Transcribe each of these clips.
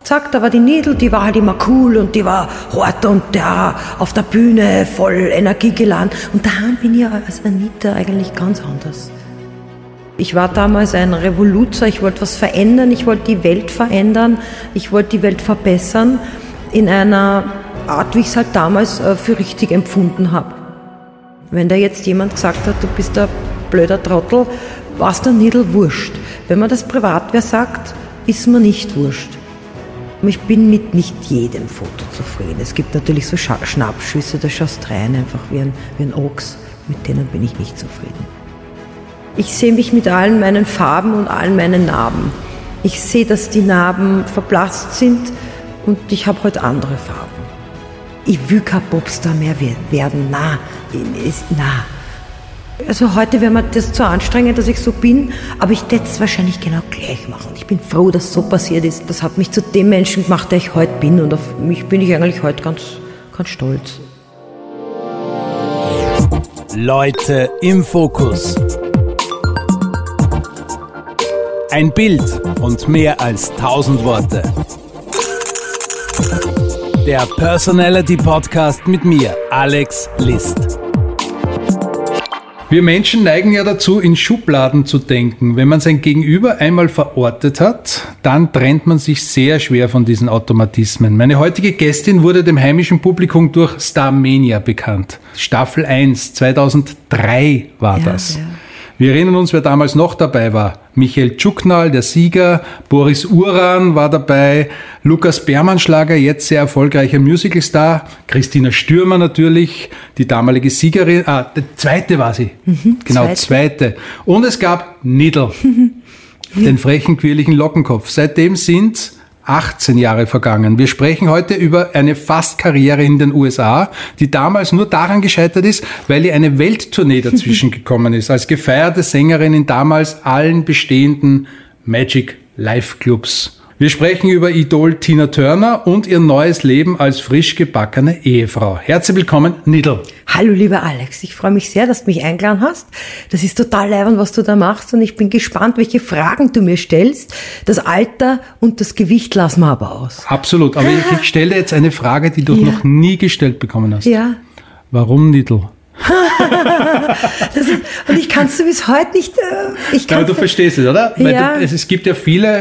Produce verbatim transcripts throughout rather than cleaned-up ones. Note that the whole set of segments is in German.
aufgezeigt, da war die Nidl, die war halt immer cool und die war hart und ja, auf der Bühne voll Energie geladen. Und daheim bin ich als Anita eigentlich ganz anders. Ich war damals ein Revoluzer, ich wollte was verändern, ich wollte die Welt verändern, ich wollte die Welt verbessern in einer Art, wie ich es halt damals für richtig empfunden habe. Wenn da jetzt jemand gesagt hat, du bist ein blöder Trottel, war es der Nidl wurscht. Wenn man das privat wer sagt, ist mir nicht wurscht. Ich bin mit nicht jedem Foto zufrieden. Es gibt natürlich so Scha- Schnappschüsse, da schaust du rein, einfach wie ein, wie ein Ochs. Mit denen bin ich nicht zufrieden. Ich sehe mich mit allen meinen Farben und allen meinen Narben. Ich sehe, dass die Narben verblasst sind und ich habe heute andere Farben. Ich will kein Popstar mehr werden, na, ist, na. Also heute wäre mir das zu anstrengend, dass ich so bin, aber ich hätte es wahrscheinlich genau gleich machen. Ich bin froh, dass es so passiert ist. Das hat mich zu dem Menschen gemacht, der ich heute bin, und auf mich bin ich eigentlich heute ganz, ganz stolz. Leute im Fokus. Ein Bild und mehr als tausend Worte. Der Personality Podcast mit mir, Alex List. Wir Menschen neigen ja dazu, in Schubladen zu denken. Wenn man sein Gegenüber einmal verortet hat, dann trennt man sich sehr schwer von diesen Automatismen. Meine heutige Gästin wurde dem heimischen Publikum durch Starmania bekannt. Staffel eins, zweitausenddrei war ja, das. Ja. Wir erinnern uns, wer damals noch dabei war. Michael Tschuknal, der Sieger, Boris Uran war dabei, Lukas Bermanschlager, jetzt sehr erfolgreicher Musicalstar, Christina Stürmer natürlich, die damalige Siegerin, ah, die zweite war sie, mhm, genau, zweite. zweite. Und es gab Nidl, den frechen, quirligen Lockenkopf. Seitdem sind achtzehn Jahre vergangen. Wir sprechen heute über eine Fast-Karriere in den U S A, die damals nur daran gescheitert ist, weil ihr eine Welttournee dazwischen gekommen ist, als gefeierte Sängerin in damals allen bestehenden Magic Live Clubs. Wir sprechen über Idol Tina Turner und ihr neues Leben als frisch gebackene Ehefrau. Herzlich willkommen, Nidl. Hallo, lieber Alex. Ich freue mich sehr, dass du mich eingeladen hast. Das ist total leibend, was du da machst, und ich bin gespannt, welche Fragen du mir stellst. Das Alter und das Gewicht lassen wir aber aus. Absolut. Aber ich, ich stelle dir jetzt eine Frage, die du ja. noch nie gestellt bekommen hast. Ja. Warum Nidl? Das ist, und ich kann es bis heute nicht... Äh, ich Aber du verstehst es, oder? Weil ja. du, es, es gibt ja viele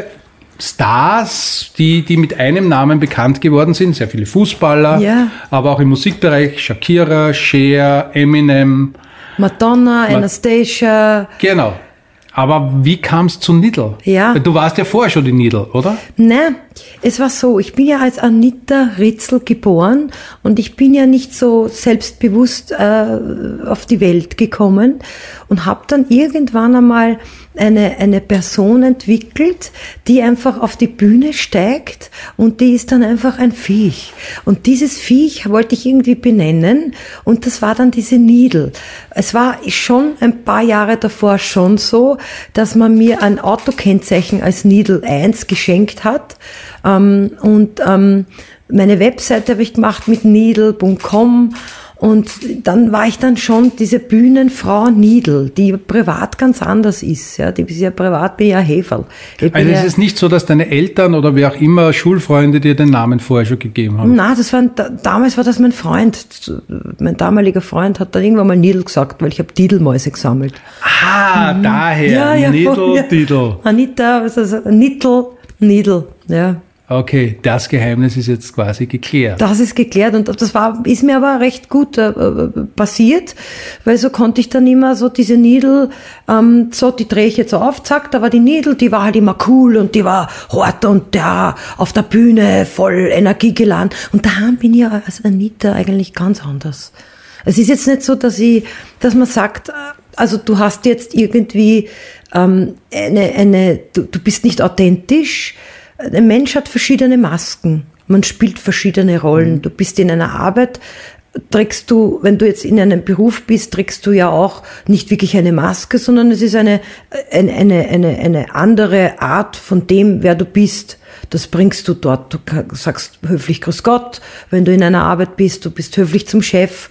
Stars, die, die mit einem Namen bekannt geworden sind, sehr viele Fußballer, ja. aber auch im Musikbereich, Shakira, Cher, Eminem, Madonna, Ma- Anastasia. Genau. Aber wie kam es zu Nidl? Ja. Du warst ja vorher schon die Nidl, oder? Nein, es war so, ich bin ja als Anita Ritzel geboren und ich bin ja nicht so selbstbewusst äh, auf die Welt gekommen und habe dann irgendwann einmal eine, eine Person entwickelt, die einfach auf die Bühne steigt, und die ist dann einfach ein Viech. Und dieses Viech wollte ich irgendwie benennen, und das war dann diese Nidl. Es war schon ein paar Jahre davor schon so, dass man mir ein Autokennzeichen als Nidl eins geschenkt hat. Ähm, und ähm, meine Webseite habe ich gemacht mit nidl punkt com. Und dann war ich dann schon diese Bühnenfrau Nidl, die privat ganz anders ist. Ja, die ist ja privat, bin ja Heferl. Also ja, es ist nicht so, dass deine Eltern oder wer auch immer, Schulfreunde, dir den Namen vorher schon gegeben haben? Nein, das war ein, damals war das mein Freund. Mein damaliger Freund hat dann irgendwann mal Nidl gesagt, weil ich habe Didelmäuse gesammelt. Ah, mhm. daher. Ja, ja, Nidl, ja. Didl. Anita, was ist das? Nidl, Nidl, ja. Okay, das Geheimnis ist jetzt quasi geklärt. Das ist geklärt, und das war, ist mir aber recht gut äh, passiert, weil so konnte ich dann immer so diese Nidl, ähm, so, die drehe ich jetzt auf, zack, da war die Nidl, die war halt immer cool und die war hart und ja, auf der Bühne voll Energie geladen. Und daheim bin ich als Anita eigentlich ganz anders. Es ist jetzt nicht so, dass ich, dass man sagt, also du hast jetzt irgendwie ähm, eine, eine, du, du bist nicht authentisch. Ein Mensch hat verschiedene Masken. Man spielt verschiedene Rollen. Du bist in einer Arbeit, trägst du, wenn du jetzt in einem Beruf bist, trägst du ja auch nicht wirklich eine Maske, sondern es ist eine, eine, eine, eine, eine andere Art von dem, wer du bist. Das bringst du dort. Du sagst höflich Grüß Gott, wenn du in einer Arbeit bist. Du bist höflich zum Chef.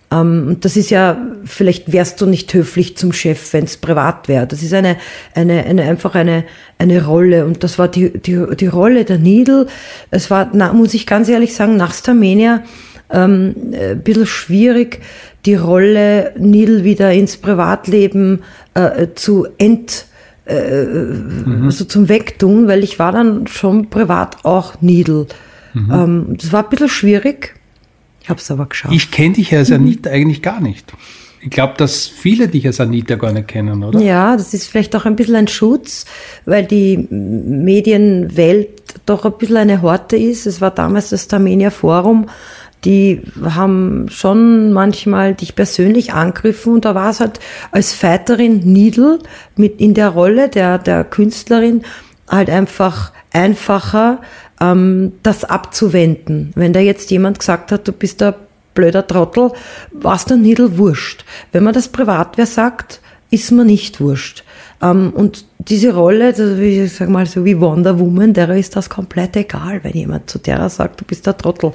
Ähm, das ist ja, vielleicht wärst du nicht höflich zum Chef, wenn es privat wäre. Das ist eine, eine, eine, einfach eine, eine Rolle. Und das war die, die, die Rolle der Needle. Es war, na, muss ich ganz ehrlich sagen, nach Starmania, ähm, ein bisschen schwierig, die Rolle Needle wieder ins Privatleben äh, zu ent, äh, mhm. also zum Wegtun, weil ich war dann schon privat auch Needle. Mhm. Ähm, das war ein bisschen schwierig. Ich habe es aber geschafft. Ich kenne dich als Anita mhm. eigentlich gar nicht. Ich glaube, dass viele dich als Anita gar nicht kennen, oder? Ja, das ist vielleicht auch ein bisschen ein Schutz, weil die Medienwelt doch ein bisschen eine Horte ist. Es war damals das Starmania Forum. Die haben schon manchmal dich persönlich angegriffen und da war es halt als Fighterin Needle mit in der Rolle der, der Künstlerin halt einfach einfacher, ähm, das abzuwenden. Wenn da jetzt jemand gesagt hat, du bist ein blöder Trottel, war's der Needle wurscht. Wenn man das privat wer sagt, ist man nicht wurscht. Ähm, und diese Rolle, also wie ich sag mal so wie Wonder Woman, der ist das komplett egal, wenn jemand zu der sagt, du bist der Trottel.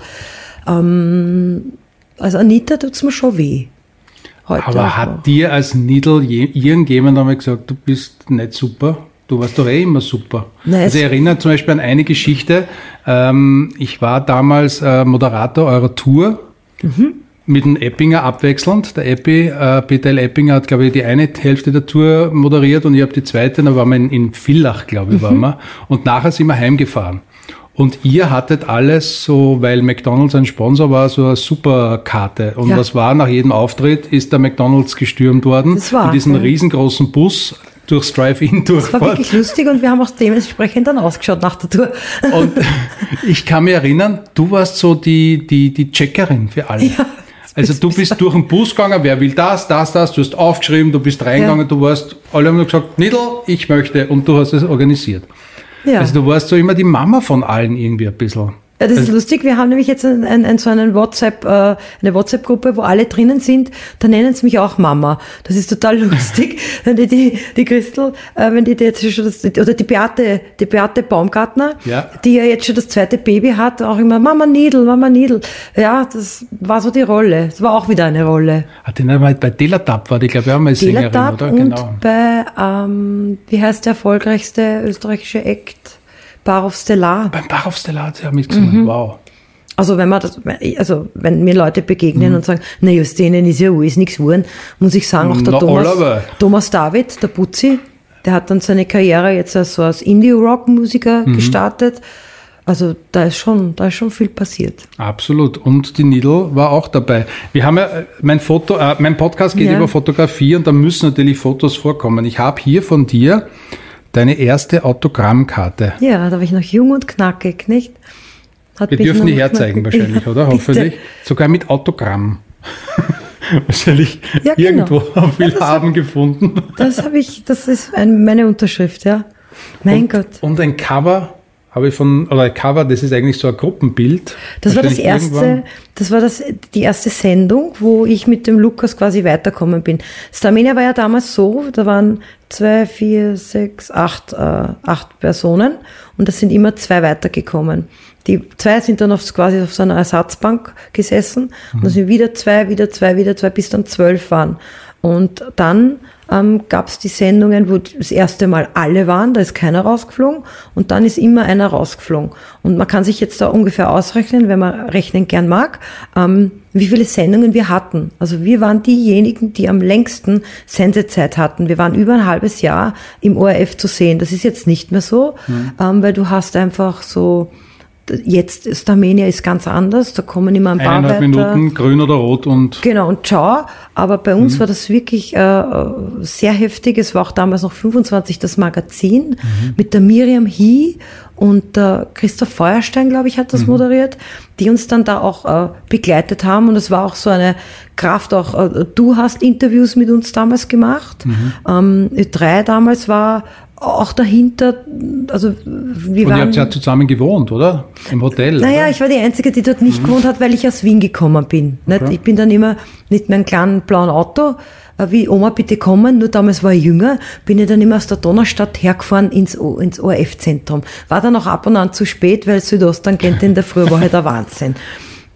Ähm, also Anita tut's mir schon weh. Heute aber hat noch. Dir als Needle je, irgendjemand einmal gesagt, du bist nicht super? Du warst doch eh immer super. Nein, also ich erinnere zum Beispiel an eine Geschichte. Ähm, ich war damals äh, Moderator eurer Tour mhm. mit dem Eppinger abwechselnd. Der Eppi, äh, Peter L. Eppinger hat, glaube ich, die eine Hälfte der Tour moderiert und ich habe die zweite. Da waren wir in, in Villach, glaube ich, mhm. waren wir. Und nachher sind wir heimgefahren. Und ihr hattet alles so, weil McDonald's ein Sponsor war, so eine Superkarte. Und ja. was war? Nach jedem Auftritt ist der McDonald's gestürmt worden. Das war, in diesem ja. riesengroßen Bus durchs Drive-In durchfahrt. Das war wirklich lustig und wir haben auch dementsprechend dann ausgeschaut nach der Tour. Und ich kann mich erinnern, du warst so die, die, die Checkerin für alle. Ja, also du bist durch den Bus gegangen, wer will das, das, das, du hast aufgeschrieben, du bist reingegangen, ja. du warst, alle haben gesagt, Needle, ich möchte, und du hast es organisiert. Ja. Also du warst so immer die Mama von allen irgendwie ein bisschen. Ja, das ist also lustig. Wir haben nämlich jetzt ein, ein, ein, so einen WhatsApp, äh, eine WhatsApp-Gruppe, wo alle drinnen sind. Da nennen sie mich auch Mama. Das ist total lustig. die, die, die Christel, äh, wenn die, die jetzt schon das, oder die Beate, die Beate Baumgartner, ja. die ja jetzt schon das zweite Baby hat, auch immer Mama Needle, Mama Needle. Ja, das war so die Rolle. Das war auch wieder eine Rolle. Hat die mal bei Delatap war die, glaube ich, auch mal Sängerin, oder? Und genau. bei, ähm, wie heißt der erfolgreichste österreichische Act? Barov Stellar. Beim Barov Stellar hat sie ja mitgesungen, mhm. wow. Also wenn man das, also wenn mir Leute begegnen mhm. und sagen, na aus denen ist ja alles nichts geworden, muss ich sagen, auch der Na, Thomas, Thomas David, der Putzi, der hat dann seine Karriere jetzt als so als Indie-Rock-Musiker mhm. gestartet. Also da ist schon, da ist schon viel passiert. Absolut. Und die Needle war auch dabei. Wir haben ja, mein Foto, äh, mein Podcast geht ja. über Fotografie und da müssen natürlich Fotos vorkommen. Ich habe hier von dir deine erste Autogrammkarte. Ja, da war ich noch jung und knackig, nicht? Hat Wir dürfen die herzeigen wahrscheinlich, ja, oder? Hoffentlich. Sogar mit Autogramm. Wahrscheinlich ja, irgendwo genau. auf Willhaben ja, gefunden. Das habe ich, das ist ein, meine Unterschrift, ja. Mein und, Gott. Und ein Cover habe ich von, oder ein Cover, das ist eigentlich so ein Gruppenbild. Das war das erste, das war das, die erste Sendung, wo ich mit dem Lukas quasi weitergekommen bin. Starmania war ja damals so, da waren zwei, vier, sechs, acht, äh, acht Personen und da sind immer zwei weitergekommen. Die zwei sind dann aufs, quasi auf so einer Ersatzbank gesessen mhm. und dann sind wieder zwei, wieder zwei, wieder zwei, bis dann zwölf waren. Und dann ähm, gab es die Sendungen, wo das erste Mal alle waren, da ist keiner rausgeflogen und dann ist immer einer rausgeflogen. Und man kann sich jetzt da ungefähr ausrechnen, wenn man rechnen gern mag, ähm, wie viele Sendungen wir hatten. Also wir waren diejenigen, die am längsten Sendezeit hatten. Wir waren über ein halbes Jahr im O R F zu sehen. Das ist jetzt nicht mehr so, mhm. ähm, weil du hast einfach so... Jetzt Starmania ist ganz anders, da kommen immer ein paar Eineinhalb weiter. Minuten, grün oder rot und... Genau, und ciao. Aber bei uns mhm. war das wirklich äh, sehr heftig. Es war auch damals noch fünfundzwanzig das Magazin mhm. mit der Miriam Hie und der Christoph Feuerstein, glaube ich, hat das mhm. moderiert, die uns dann da auch äh, begleitet haben. Und es war auch so eine Kraft, auch äh, du hast Interviews mit uns damals gemacht. Mhm. Ähm, Ö drei damals war... auch dahinter, also wir waren... Und ihr habt ja zusammen gewohnt, oder? Im Hotel, Naja, oder? ich war die Einzige, die dort nicht mhm. gewohnt hat, weil ich aus Wien gekommen bin. Nicht? Okay. Ich bin dann immer mit meinem kleinen blauen Auto, wie Oma, bitte kommen, nur damals war ich jünger, bin ich dann immer aus der Donaustadt hergefahren ins, o, ins O R F-Zentrum. War dann auch ab und an zu spät, weil Südosttangente in der Früh war halt der Wahnsinn.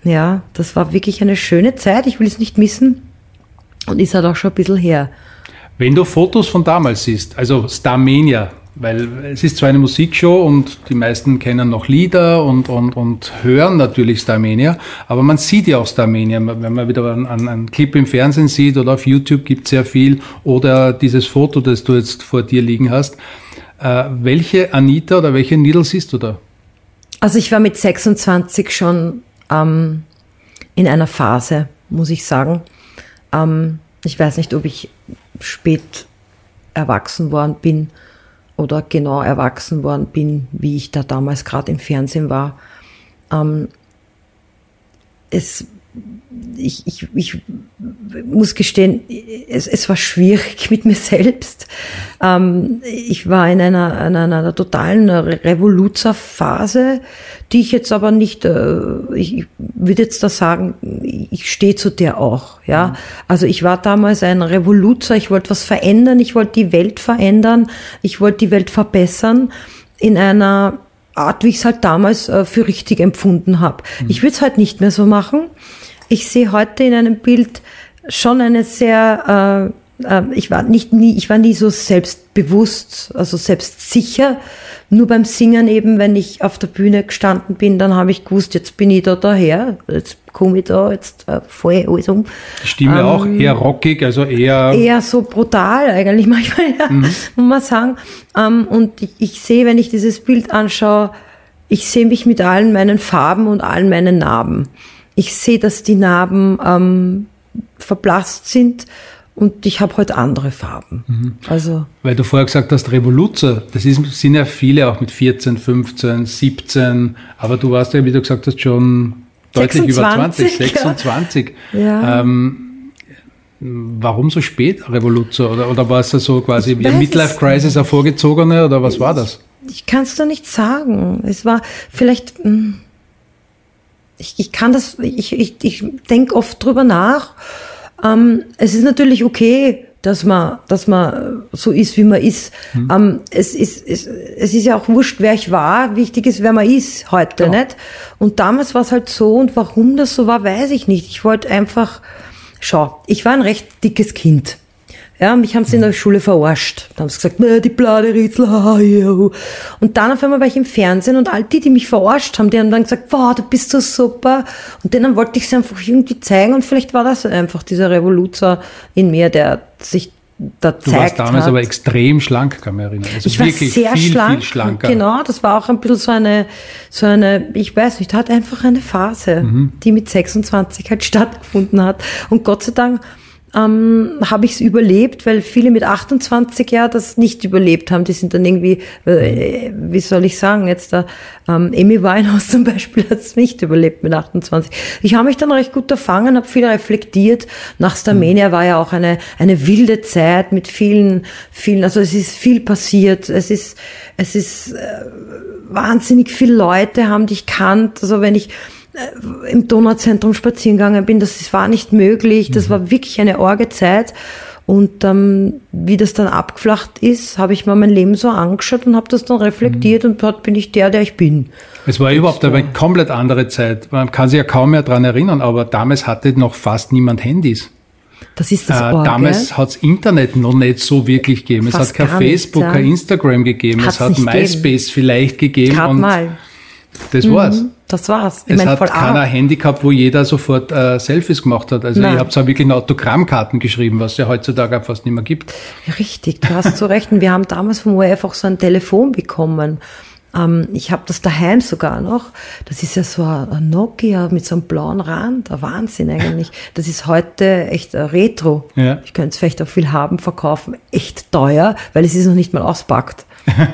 Ja, das war wirklich eine schöne Zeit. Ich will es nicht missen. Und ist halt auch schon ein bisschen her. Wenn du Fotos von damals siehst, also Starmania, weil es ist zwar eine Musikshow und die meisten kennen noch Lieder und, und, und hören natürlich Starmania, aber man sieht ja auch Starmania, wenn man wieder einen, einen Clip im Fernsehen sieht oder auf YouTube gibt es sehr viel oder dieses Foto, das du jetzt vor dir liegen hast. Äh, welche Anita oder welche Nidl siehst du da? Also ich war mit sechsundzwanzig schon ähm, in einer Phase, muss ich sagen. Ähm, ich weiß nicht, ob ich spät erwachsen worden bin oder genau erwachsen worden bin, wie ich da damals gerade im Fernsehen war. Ähm, es, ich, ich, ich muss gestehen, es, es war schwierig mit mir selbst. Ähm, ich war in einer, in einer, einer totalen Revoluzer-Phase, die ich jetzt aber nicht, äh, ich würde jetzt da sagen, ich stehe zu der auch. Ja, mhm. Also ich war damals ein Revoluzer, ich wollte was verändern, ich wollte die Welt verändern, ich wollte die Welt verbessern in einer Art, wie ich es halt damals äh, für richtig empfunden habe. Mhm. Ich würde es halt nicht mehr so machen. Ich sehe heute in einem Bild schon eine sehr, äh, äh, ich war nicht nie, ich war nie so selbstbewusst, also selbstsicher. Nur beim Singen eben, wenn ich auf der Bühne gestanden bin, dann habe ich gewusst, jetzt bin ich da daher, jetzt komme ich da, jetzt äh, falle alles um. Die Stimme ähm, auch eher rockig, also eher... Eher so brutal eigentlich manchmal, ja, mhm. muss man sagen. Ähm, und ich, ich sehe, wenn ich dieses Bild anschaue, ich sehe mich mit allen meinen Farben und allen meinen Narben. Ich sehe, dass die Narben ähm, verblasst sind und ich habe heute andere Farben. Mhm. Also, weil du vorher gesagt hast, Revoluzer, das ist, sind ja viele auch mit vierzehn, fünfzehn, siebzehn, aber du warst ja, wie du gesagt hast, schon deutlich sechsundzwanzig, über zwanzig, sechsundzwanzig. Ja. Ja. Ähm, warum so spät Revoluzer? Oder, oder war es ja so quasi wie eine Midlife-Crisis, eine vorgezogene, oder was war das? Ich, ich kann es da nicht sagen. Es war vielleicht... Ich, ich kann das, ich, ich, ich denke oft drüber nach. Ähm, es ist natürlich okay, dass man, dass man so ist, wie man ist. Mhm. Ähm, es ist, es, es ist ja auch wurscht, wer ich war. Wichtig ist, wer man ist heute, ja. Nicht? Und damals war es halt so, und warum das so war, weiß ich nicht. Ich wollte einfach, schau, ich war ein recht dickes Kind. Ja, mich haben sie in der Schule verarscht. Da haben sie gesagt, na, die Bladeritzel, ha, ja. Und dann auf einmal war ich im Fernsehen und all die, die mich verarscht haben, die haben dann gesagt, wow, du bist so super. Und denen wollte ich es einfach irgendwie zeigen und vielleicht war das einfach dieser Revoluzer in mir, der sich da zeigt. Du warst damals hat. aber extrem schlank, kann ich mich erinnern. Also ich war wirklich sehr viel, schlank. viel schlanker. Genau, das war auch ein bisschen so eine, so eine, ich weiß nicht, hat einfach eine Phase, mhm. die mit sechsundzwanzig halt stattgefunden hat. Und Gott sei Dank Ähm, habe ich es überlebt, weil viele mit achtundzwanzig ja das nicht überlebt haben. Die sind dann irgendwie, äh, wie soll ich sagen, jetzt da, ähm, Amy Winehouse zum Beispiel hat es nicht überlebt mit achtundzwanzig. Ich habe mich dann recht gut erfangen, habe viel reflektiert. Nach Starmania war ja auch eine eine wilde Zeit mit vielen, vielen, also es ist viel passiert. Es ist, es ist äh, wahnsinnig viele Leute haben dich kannt. Also wenn ich im Donauzentrum spazieren gegangen bin, das war nicht möglich, das war wirklich eine arge Zeit und ähm, wie das dann abgeflacht ist, habe ich mir mein Leben so angeschaut und habe das dann reflektiert mhm. und dort bin ich der, der ich bin. Es war überhaupt eine komplett andere Zeit, man kann sich ja kaum mehr daran erinnern, aber damals hatte noch fast niemand Handys. Das ist das äh, Orge. Damals hat es Internet noch nicht so wirklich gegeben, fast es hat kein Facebook, nicht, ja. kein Instagram gegeben, Hat's es hat MySpace gegeben. vielleicht gegeben. Gerade und mal. Das war's. Mhm, das war's. Ich es mein, hat voll keiner ein Handy gehabt, wo jeder sofort äh, Selfies gemacht hat. Also Nein. ich habe zwar wirklich noch Autogrammkarten geschrieben, was es ja heutzutage fast nicht mehr gibt. Ja, richtig, du hast so recht. Und wir haben damals vom O R F auch so ein Telefon bekommen. Ähm, ich habe das daheim sogar noch. Das ist ja so ein Nokia mit so einem blauen Rand. Ein Wahnsinn eigentlich. Das ist heute echt ein Retro. Ja. Ich könnte es vielleicht auch viel haben, verkaufen. Echt teuer, weil es ist noch nicht mal auspackt.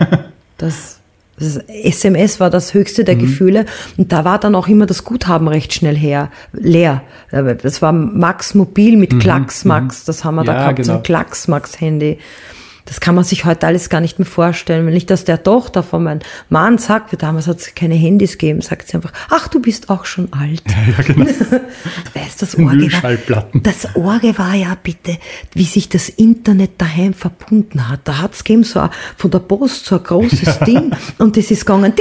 Das... Das S M S war das höchste der mhm. Gefühle und da war dann auch immer das Guthaben recht schnell her, leer. Das war Max Mobil mit mhm. Klacks Max, das haben wir ja, da gehabt, genau. So ein Klacks Max Handy. Das kann man sich heute alles gar nicht mehr vorstellen. Wenn ich das der Tochter von meinem Mann sage, wie damals hat es keine Handys gegeben, sagt sie einfach, ach, du bist auch schon alt. Ja, ja, genau. Du weißt, das Orge war, das Orge war ja bitte, wie sich das Internet daheim verbunden hat. Da hat es gegeben so ein, von der Post so ein großes ja. Ding und das ist gegangen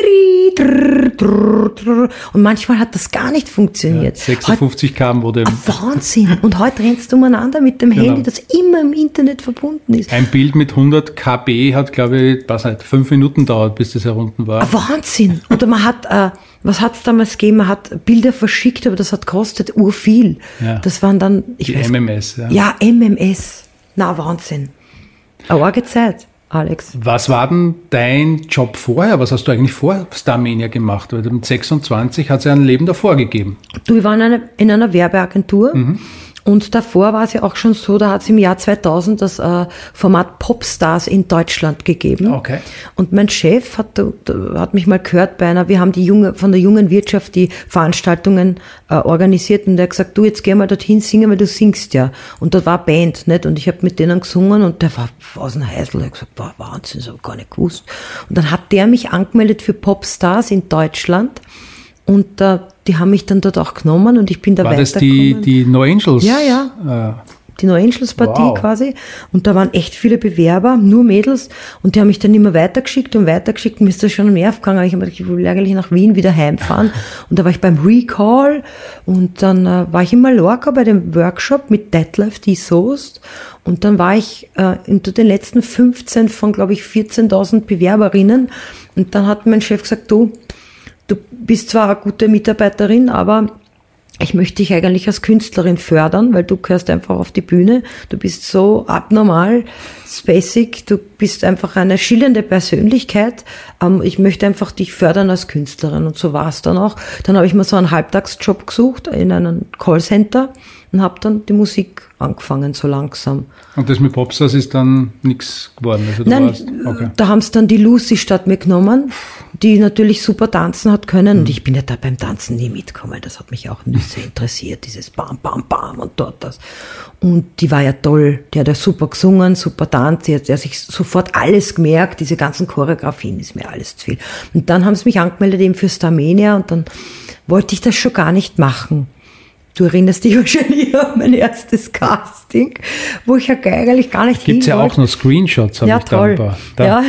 und manchmal hat das gar nicht funktioniert. Ja, sechsundfünfzig Kilometer wurde... Wahnsinn. Und heute rennst du umeinander mit dem genau. Handy, das immer im Internet verbunden ist. Ein Bild mit hundert Kilobyte hat, glaube ich, weiß nicht, fünf Minuten dauert, bis das herunten war. Wahnsinn. Oder man hat, äh, was hat es damals gegeben? Man hat Bilder verschickt, aber das hat kostet urviel. Ja. Das waren dann... Ich Die weiß, M M S, ja. Ja, M M S. Na, Wahnsinn. Eine arge Zeit, Alex. Was war denn dein Job vorher? Was hast du eigentlich vor Starmania gemacht? Weil mit sechsundzwanzig hat es ja ein Leben davor gegeben. Du, ich war in einer, in einer Werbeagentur. Mhm. Und davor war es ja auch schon so, da hat es im Jahr zweitausend das äh, Format Popstars in Deutschland gegeben. Okay. Und mein Chef hat, hat mich mal gehört bei einer, wir haben die junge, von der jungen Wirtschaft die Veranstaltungen äh, organisiert und der hat gesagt, du, jetzt geh mal dorthin singen, weil du singst ja. Und da war Band, nicht? Und ich habe mit denen gesungen und der war aus dem Heisel, der hat gesagt, boah, Wahnsinn, das habe ich gar nicht gewusst. Und dann hat der mich angemeldet für Popstars in Deutschland. Und äh, die haben mich dann dort auch genommen und ich bin da weitergekommen. War das die, die No Angels? Ja, ja. Äh. Die No Angels Partie wow. quasi. Und da waren echt viele Bewerber, nur Mädels. Und die haben mich dann immer weitergeschickt und weitergeschickt. Mir ist das schon am Nerv gegangen. Ich habe gedacht, ich will eigentlich nach Wien wieder heimfahren. Und da war ich beim Recall. Und dann äh, war ich in Mallorca bei dem Workshop mit Detlef, die Soest. Und dann war ich äh, unter den letzten fünfzehn von, glaube ich, vierzehntausend Bewerberinnen. Und dann hat mein Chef gesagt, du, du bist zwar eine gute Mitarbeiterin, aber ich möchte dich eigentlich als Künstlerin fördern, weil du gehörst einfach auf die Bühne. Du bist so abnormal, spacig, du bist einfach eine schillernde Persönlichkeit. Ich möchte einfach dich fördern als Künstlerin. Und so war es dann auch. Dann habe ich mir so einen Halbtagsjob gesucht in einem Callcenter und habe dann die Musik angefangen, so langsam. Und das mit Popstars ist dann nichts geworden? Also Nein, warst, okay. Da haben es dann die Lucy statt mir genommen, die natürlich super tanzen hat können. Mhm. Und ich bin ja da beim Tanzen nie mitgekommen. Das hat mich auch nicht sehr interessiert, dieses Bam, Bam, Bam und dort das. Und die war ja toll. Die hat ja super gesungen, super tanzt. Die hat ja sich sofort alles gemerkt. Diese ganzen Choreografien ist mir alles zu viel. Und dann haben sie mich angemeldet eben für Starmania und dann wollte ich das schon gar nicht machen. Du erinnerst dich wahrscheinlich an mein erstes Casting, wo ich ja eigentlich gar nicht hin wollte. Gibt es ja auch noch Screenshots, habe ja, ich da ein paar. Da. Ja,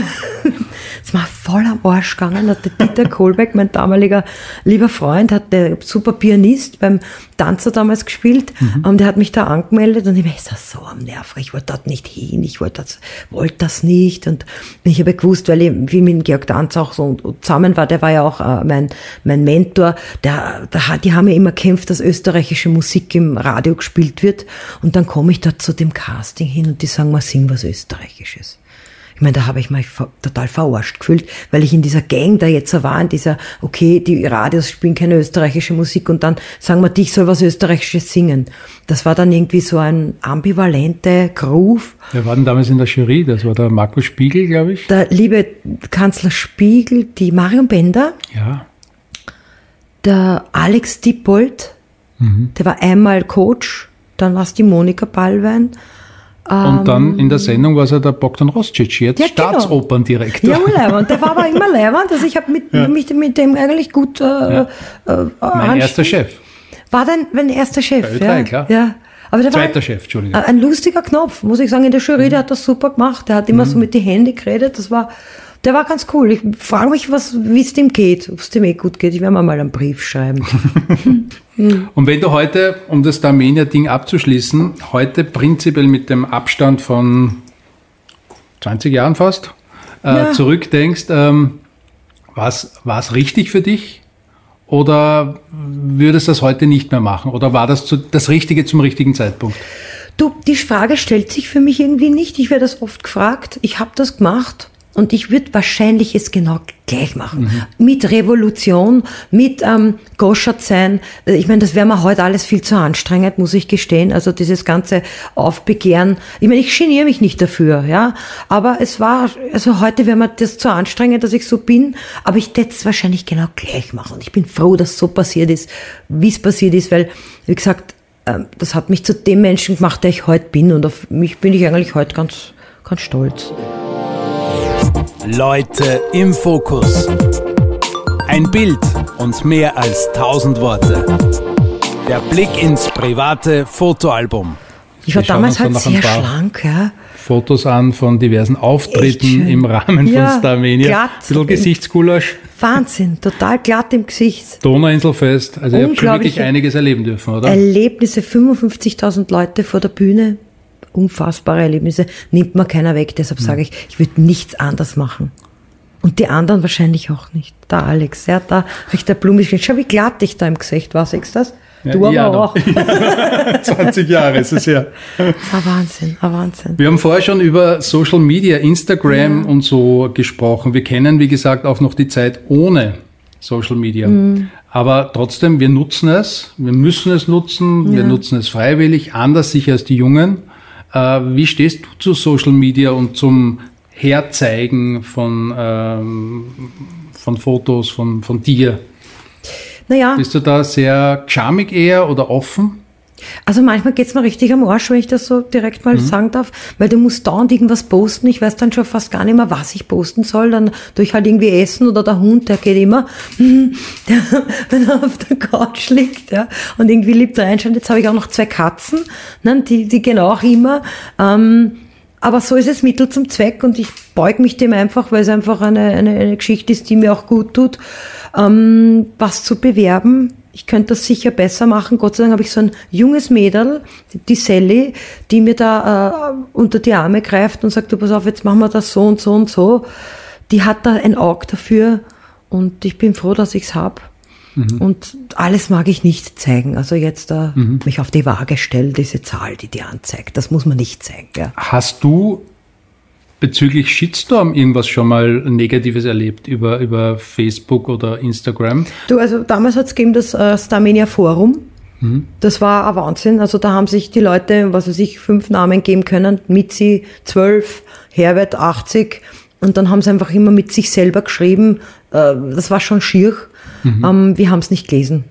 es war voll am Arsch gegangen. Hat der Dieter Kohlbeck, mein damaliger lieber Freund, hat der super Pianist beim Tanzer damals gespielt. Mhm. Und der hat mich da angemeldet und ich mir, ist das so am Nerv. Ich wollte dort nicht hin, ich wollte das, wollte das nicht. Und ich habe gewusst, weil ich wie mit Georg Danz auch so zusammen war, der war ja auch äh, mein, mein Mentor, der, der, die haben ja immer gekämpft, dass österreichische Musik im Radio gespielt wird. Und dann komme ich da zu dem Casting hin und die sagen mir, sing was Österreichisches. Ich meine, da habe ich mich total verarscht gefühlt, weil ich in dieser Gang da jetzt war, in dieser, okay, die Radios spielen keine österreichische Musik und dann sagen wir, ich soll was Österreichisches singen. Das war dann irgendwie so ein ambivalente Groove. Wer war denn damals in der Jury? Das war der Markus Spiegel, glaube ich. Der liebe Kanzler Spiegel, die Marion Bender. Ja. Der Alex Dippold, mhm. der war einmal Coach, dann war es die Monika Ballwein. Und dann in der Sendung war es ja der Bogdan Roscic, jetzt ja, Staatsoperndirektor. Ja, leibend. Der war aber immer leibend. Also ich habe mit, ja. mich mit dem eigentlich gut... Äh, ja. äh, mein erster Chef. War dein mein erster Chef, Ö drei, ja. klar. Ja. Aber der Zweiter war Chef, Entschuldigung. Ein lustiger Knopf, muss ich sagen. In der Jury, mhm. der hat das super gemacht. Der hat immer mhm. so mit den Händen geredet. Das war... Der war ganz cool. Ich frage mich, wie es dem geht, ob es dem eh gut geht. Ich werde mir mal einen Brief schreiben. Und wenn du heute, um das Starmania-Ding abzuschließen, heute prinzipiell mit dem Abstand von zwanzig Jahren fast äh, ja. zurückdenkst, ähm, war es richtig für dich? Oder würdest du das heute nicht mehr machen? Oder war das zu, das Richtige zum richtigen Zeitpunkt? Du, die Frage stellt sich für mich irgendwie nicht. Ich werde das oft gefragt. Ich habe das gemacht. Und ich würde wahrscheinlich es genau gleich machen. Mhm. Mit Revolution, mit ähm, Goschert sein. Ich meine, das wäre mir heute alles viel zu anstrengend, muss ich gestehen. Also dieses ganze Aufbegehren. Ich meine, ich geniere mich nicht dafür, ja. Aber es war, also heute wäre mir das zu anstrengend, dass ich so bin. Aber ich hätte es wahrscheinlich genau gleich machen. Und ich bin froh, dass es so passiert ist, wie es passiert ist, weil, wie gesagt, ähm, das hat mich zu dem Menschen gemacht, der ich heute bin. Und auf mich bin ich eigentlich heute ganz ganz stolz. Leute im Fokus. Ein Bild und mehr als tausend Worte. Der Blick ins private Fotoalbum. Ich war damals halt sehr schlank, ja. Fotos an von diversen Auftritten im Rahmen ja, von Starmania. Glatt. Ein bisschen Gesichtsgulasch. Wahnsinn, total glatt im Gesicht. Donauinselfest. Also ihr habt schon wirklich einiges erleben dürfen, oder? Erlebnisse, fünfundfünfzigtausend Leute vor der Bühne. Unfassbare Erlebnisse. Nimmt mir keiner weg. Deshalb hm. sage ich, ich würde nichts anders machen. Und die anderen wahrscheinlich auch nicht. Da Alex, ja, da habe ich der Blume geschrieben. Schau, wie glatt ich da im Gesicht war, siehst du das? Ja, du aber ja, auch. zwanzig Jahre ist es ja. Das war Wahnsinn, ein Wahnsinn. Wir haben vorher schon über Social Media, Instagram ja. und so gesprochen. Wir kennen, wie gesagt, auch noch die Zeit ohne Social Media. Mhm. Aber trotzdem, wir nutzen es, wir müssen es nutzen, ja. wir nutzen es freiwillig, anders sicher als die Jungen. Äh, wie stehst du zu Social Media und zum Herzeigen von, ähm, von Fotos von, von dir? Naja. Bist du da sehr schamig eher oder offen? Also manchmal geht's mir richtig am Arsch, wenn ich das so direkt mal mhm. sagen darf, weil du musst dauernd irgendwas posten. Ich weiß dann schon fast gar nicht mehr, was ich posten soll. Dann tue ich halt irgendwie essen oder der Hund, der geht immer, der, wenn er auf der Couch liegt, ja, und irgendwie liebt reinschauen. Jetzt habe ich auch noch zwei Katzen, ne, die, die gehen auch immer. Ähm, aber so ist es Mittel zum Zweck und ich beug mich dem einfach, weil es einfach eine, eine, eine Geschichte ist, die mir auch gut tut, ähm, was zu bewerben. Ich könnte das sicher besser machen. Gott sei Dank habe ich so ein junges Mädel, die Sally, die mir da äh, unter die Arme greift und sagt, du pass auf, jetzt machen wir das so und so und so. Die hat da ein Auge dafür und ich bin froh, dass ich es habe. Mhm. Und alles mag ich nicht zeigen. Also jetzt da mhm. mich auf die Waage stellen, diese Zahl, die die anzeigt. Das muss man nicht zeigen. Ja. Hast du bezüglich Shitstorm irgendwas schon mal Negatives erlebt über, über Facebook oder Instagram? Du, also damals hat es gegeben das äh, Starmania Forum. Mhm. Das war ein Wahnsinn. Also da haben sich die Leute, was weiß ich, fünf Namen geben können. Mitzi zwölf, Herbert achtzig. Und dann haben sie einfach immer mit sich selber geschrieben. Äh, das war schon schier. Mhm. Ähm, wir haben es nicht gelesen.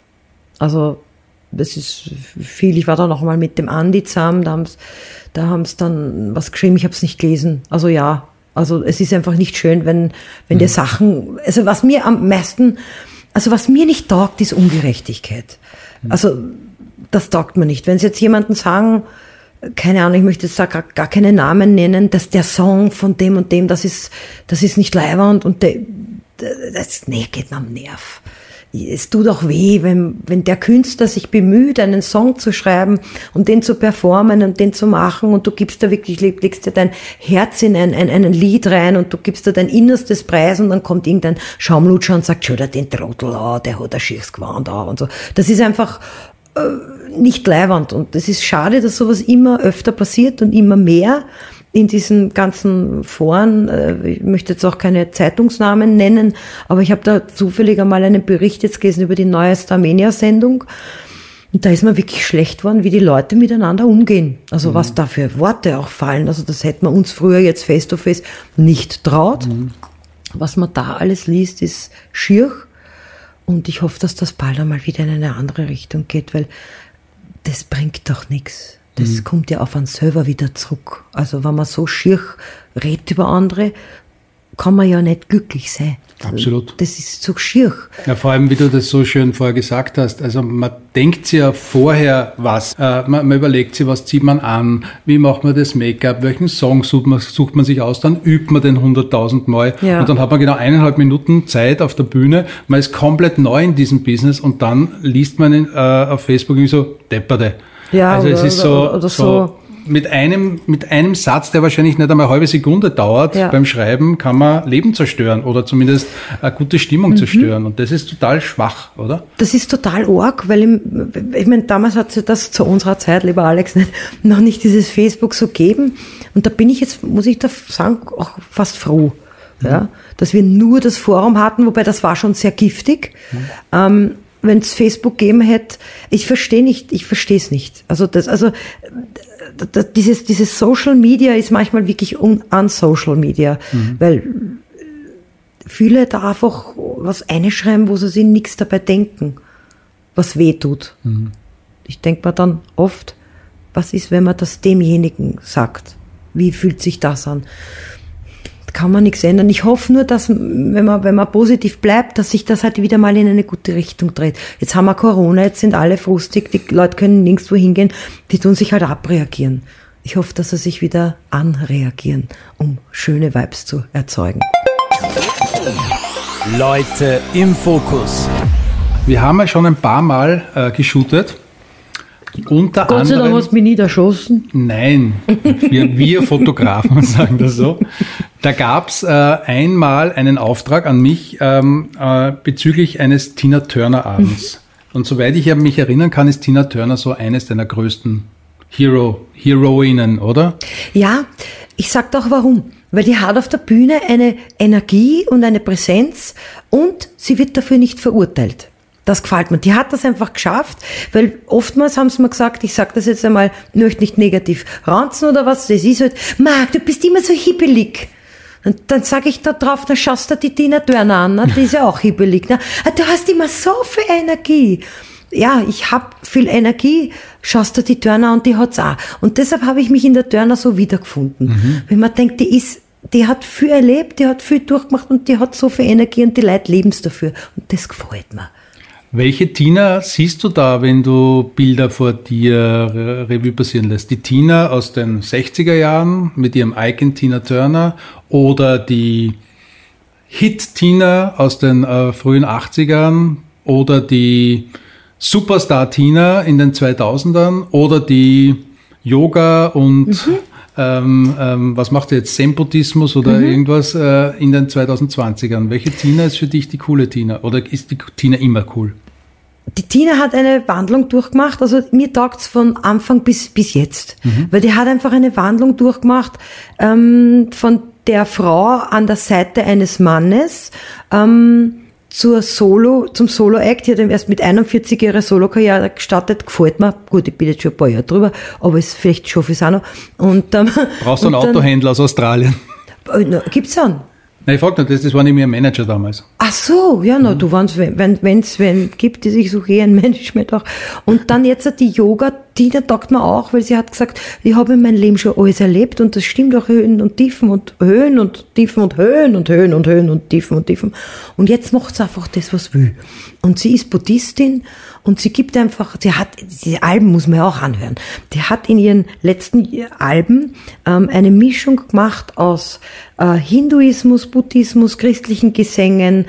Also das ist viel. Ich war da noch mal mit dem Andi zusammen, da haben sie da haben's dann was geschrieben, ich habe es nicht gelesen. Also ja, also es ist einfach nicht schön, wenn wenn mhm. dir Sachen, also was mir am meisten, also was mir nicht taugt, ist Ungerechtigkeit. Mhm. Also das taugt mir nicht. Wenn sie jetzt jemanden sagen, keine Ahnung, ich möchte jetzt gar, gar keine Namen nennen, dass der Song von dem und dem, das ist das ist nicht leiwand und der, das nee, geht mir am Nerv. Es tut auch weh, wenn, wenn der Künstler sich bemüht, einen Song zu schreiben und den zu performen und den zu machen und du gibst da wirklich, legst dir dein Herz in ein, ein, ein Lied rein und du gibst da dein Innerstes Preis und dann kommt irgendein Schaumlutscher und sagt, schau da den Trottel an, der hat ein schieres Gewand an und so. Das ist einfach äh, nicht leiwand und es ist schade, dass sowas immer öfter passiert und immer mehr. In diesen ganzen Foren, ich möchte jetzt auch keine Zeitungsnamen nennen, aber ich habe da zufällig einmal einen Bericht jetzt gelesen über die neue Starmania-Sendung. Und da ist mir wirklich schlecht geworden, wie die Leute miteinander umgehen. Also mhm. was da für Worte auch fallen. Also das hätte man uns früher jetzt face-to-face nicht traut. Mhm. Was man da alles liest, ist schier. Und ich hoffe, dass das bald einmal wieder in eine andere Richtung geht, weil das bringt doch nichts. Das mhm. kommt ja auf einen selber wieder zurück. Also wenn man so schier redet über andere, kann man ja nicht glücklich sein. Absolut. Das ist so schier. Ja, vor allem, wie du das so schön vorher gesagt hast, also man denkt sich ja vorher was, äh, man, man überlegt sich, was zieht man an, wie macht man das Make-up, welchen Song sucht man, sucht man sich aus, dann übt man den hunderttausend Mal ja. und dann hat man genau eineinhalb Minuten Zeit auf der Bühne, man ist komplett neu in diesem Business und dann liest man in, äh, auf Facebook irgendwie so Depperte. Ja, also oder, es ist so, oder, oder so, so mit einem mit einem Satz, der wahrscheinlich nicht einmal eine halbe Sekunde dauert, ja. beim Schreiben kann man Leben zerstören oder zumindest eine gute Stimmung mhm. zerstören. Und das ist total schwach, oder? Das ist total arg, weil im, ich meine, damals hat es das zu unserer Zeit, lieber Alex, nicht, noch nicht dieses Facebook so gegeben. Und da bin ich jetzt, muss ich da sagen, auch fast froh, mhm. ja, dass wir nur das Forum hatten, wobei das war schon sehr giftig. Mhm. Ähm, wenn es Facebook gegeben hätte, ich verstehe nicht, ich verstehe es nicht. Also das, also das, dieses dieses Social Media ist manchmal wirklich un, un Social Media, mhm. weil viele da einfach was einschreiben, wo sie sich nichts dabei denken, was weh tut. Mhm. Ich denke mir dann oft, was ist, wenn man das demjenigen sagt? wie fühlt sich das an? Kann man nichts ändern. Ich hoffe nur, dass, wenn man, wenn man positiv bleibt, dass sich das halt wieder mal in eine gute Richtung dreht. Jetzt haben wir Corona, jetzt sind alle frustig, die Leute können nirgendwo hingehen, die tun sich halt abreagieren. Ich hoffe, dass sie sich wieder anreagieren, um schöne Vibes zu erzeugen. Leute im Fokus. Wir haben ja schon ein paar Mal äh, geshootet. Unter Gott sei Dank anderem, hast du mich nie erschossen. Nein, wir, wir Fotografen sagen das so. Da gab's äh, einmal einen Auftrag an mich ähm, äh, bezüglich eines Tina Turner Abends. Und soweit ich mich erinnern kann, ist Tina Turner so eines deiner größten Hero, Heroinen, oder? Ja, ich sag doch warum. Weil die hat auf der Bühne eine Energie und eine Präsenz und sie wird dafür nicht verurteilt. Das gefällt mir. Die hat das einfach geschafft, weil oftmals haben sie mir gesagt, ich sag das jetzt einmal, ich möchte nicht negativ ranzen oder was, das ist halt, Marc, du bist immer so hibbelig. Und dann sage ich da drauf, dann schaust du die Tina Turner an, ne? Die ist ja auch hibbelig. Ne? Du hast immer so viel Energie. Ja, ich hab viel Energie, schaust du die Turner an und die hat's auch. Und deshalb habe ich mich in der Turner so wiedergefunden. Mhm. Wenn man denkt, die ist, die hat viel erlebt, die hat viel durchgemacht und die hat so viel Energie und die Leute leben's dafür. Und das gefällt mir. Welche Tina siehst du da, wenn du Bilder vor dir Revue passieren lässt? Die Tina aus den sechziger Jahren mit ihrem Icon Tina Turner oder die Hit-Tina aus den äh, frühen achtzigern oder die Superstar Tina in den zweitausendern oder die Yoga und mhm. ähm, ähm, was macht ihr jetzt, Zen-Buddhismus oder mhm. irgendwas äh, in den zweitausendzwanzigern? Welche Tina ist für dich die coole Tina oder ist die Tina immer cool? Die Tina hat eine Wandlung durchgemacht, also mir taugt's von Anfang bis bis jetzt, mhm. weil die hat einfach eine Wandlung durchgemacht ähm, von der Frau an der Seite eines Mannes ähm, zur Solo, zum Solo-Act. Die hat erst mit einundvierzig ihre Solo-Karriere gestartet, gefällt mir. Gut, ich bin jetzt schon ein paar Jahre drüber, aber es, vielleicht schaffe ich es auch noch. Und, ähm, brauchst du einen Autohändler aus Australien? Äh, gibt's einen? Nein, ich frage nicht, das, das war nicht mehr ein Manager damals. Ach so, ja, mhm. no, du wenn's, wenn wenn's wenn gibt, ich suche eh ein Management auch. Und dann jetzt die Yoga, die taugt mir auch, weil sie hat gesagt, ich habe in meinem Leben schon alles erlebt und das stimmt auch, Höhen und Tiefen und Höhen und Tiefen und Höhen und Höhen und Höhen und Tiefen und Tiefen. Und jetzt macht sie einfach das, was will. Und sie ist Buddhistin und sie gibt einfach, sie hat, diese Alben muss man ja auch anhören, die hat in ihren letzten Alben ähm, eine Mischung gemacht aus äh, Hinduismus, Buddhismus, christlichen Gesängen,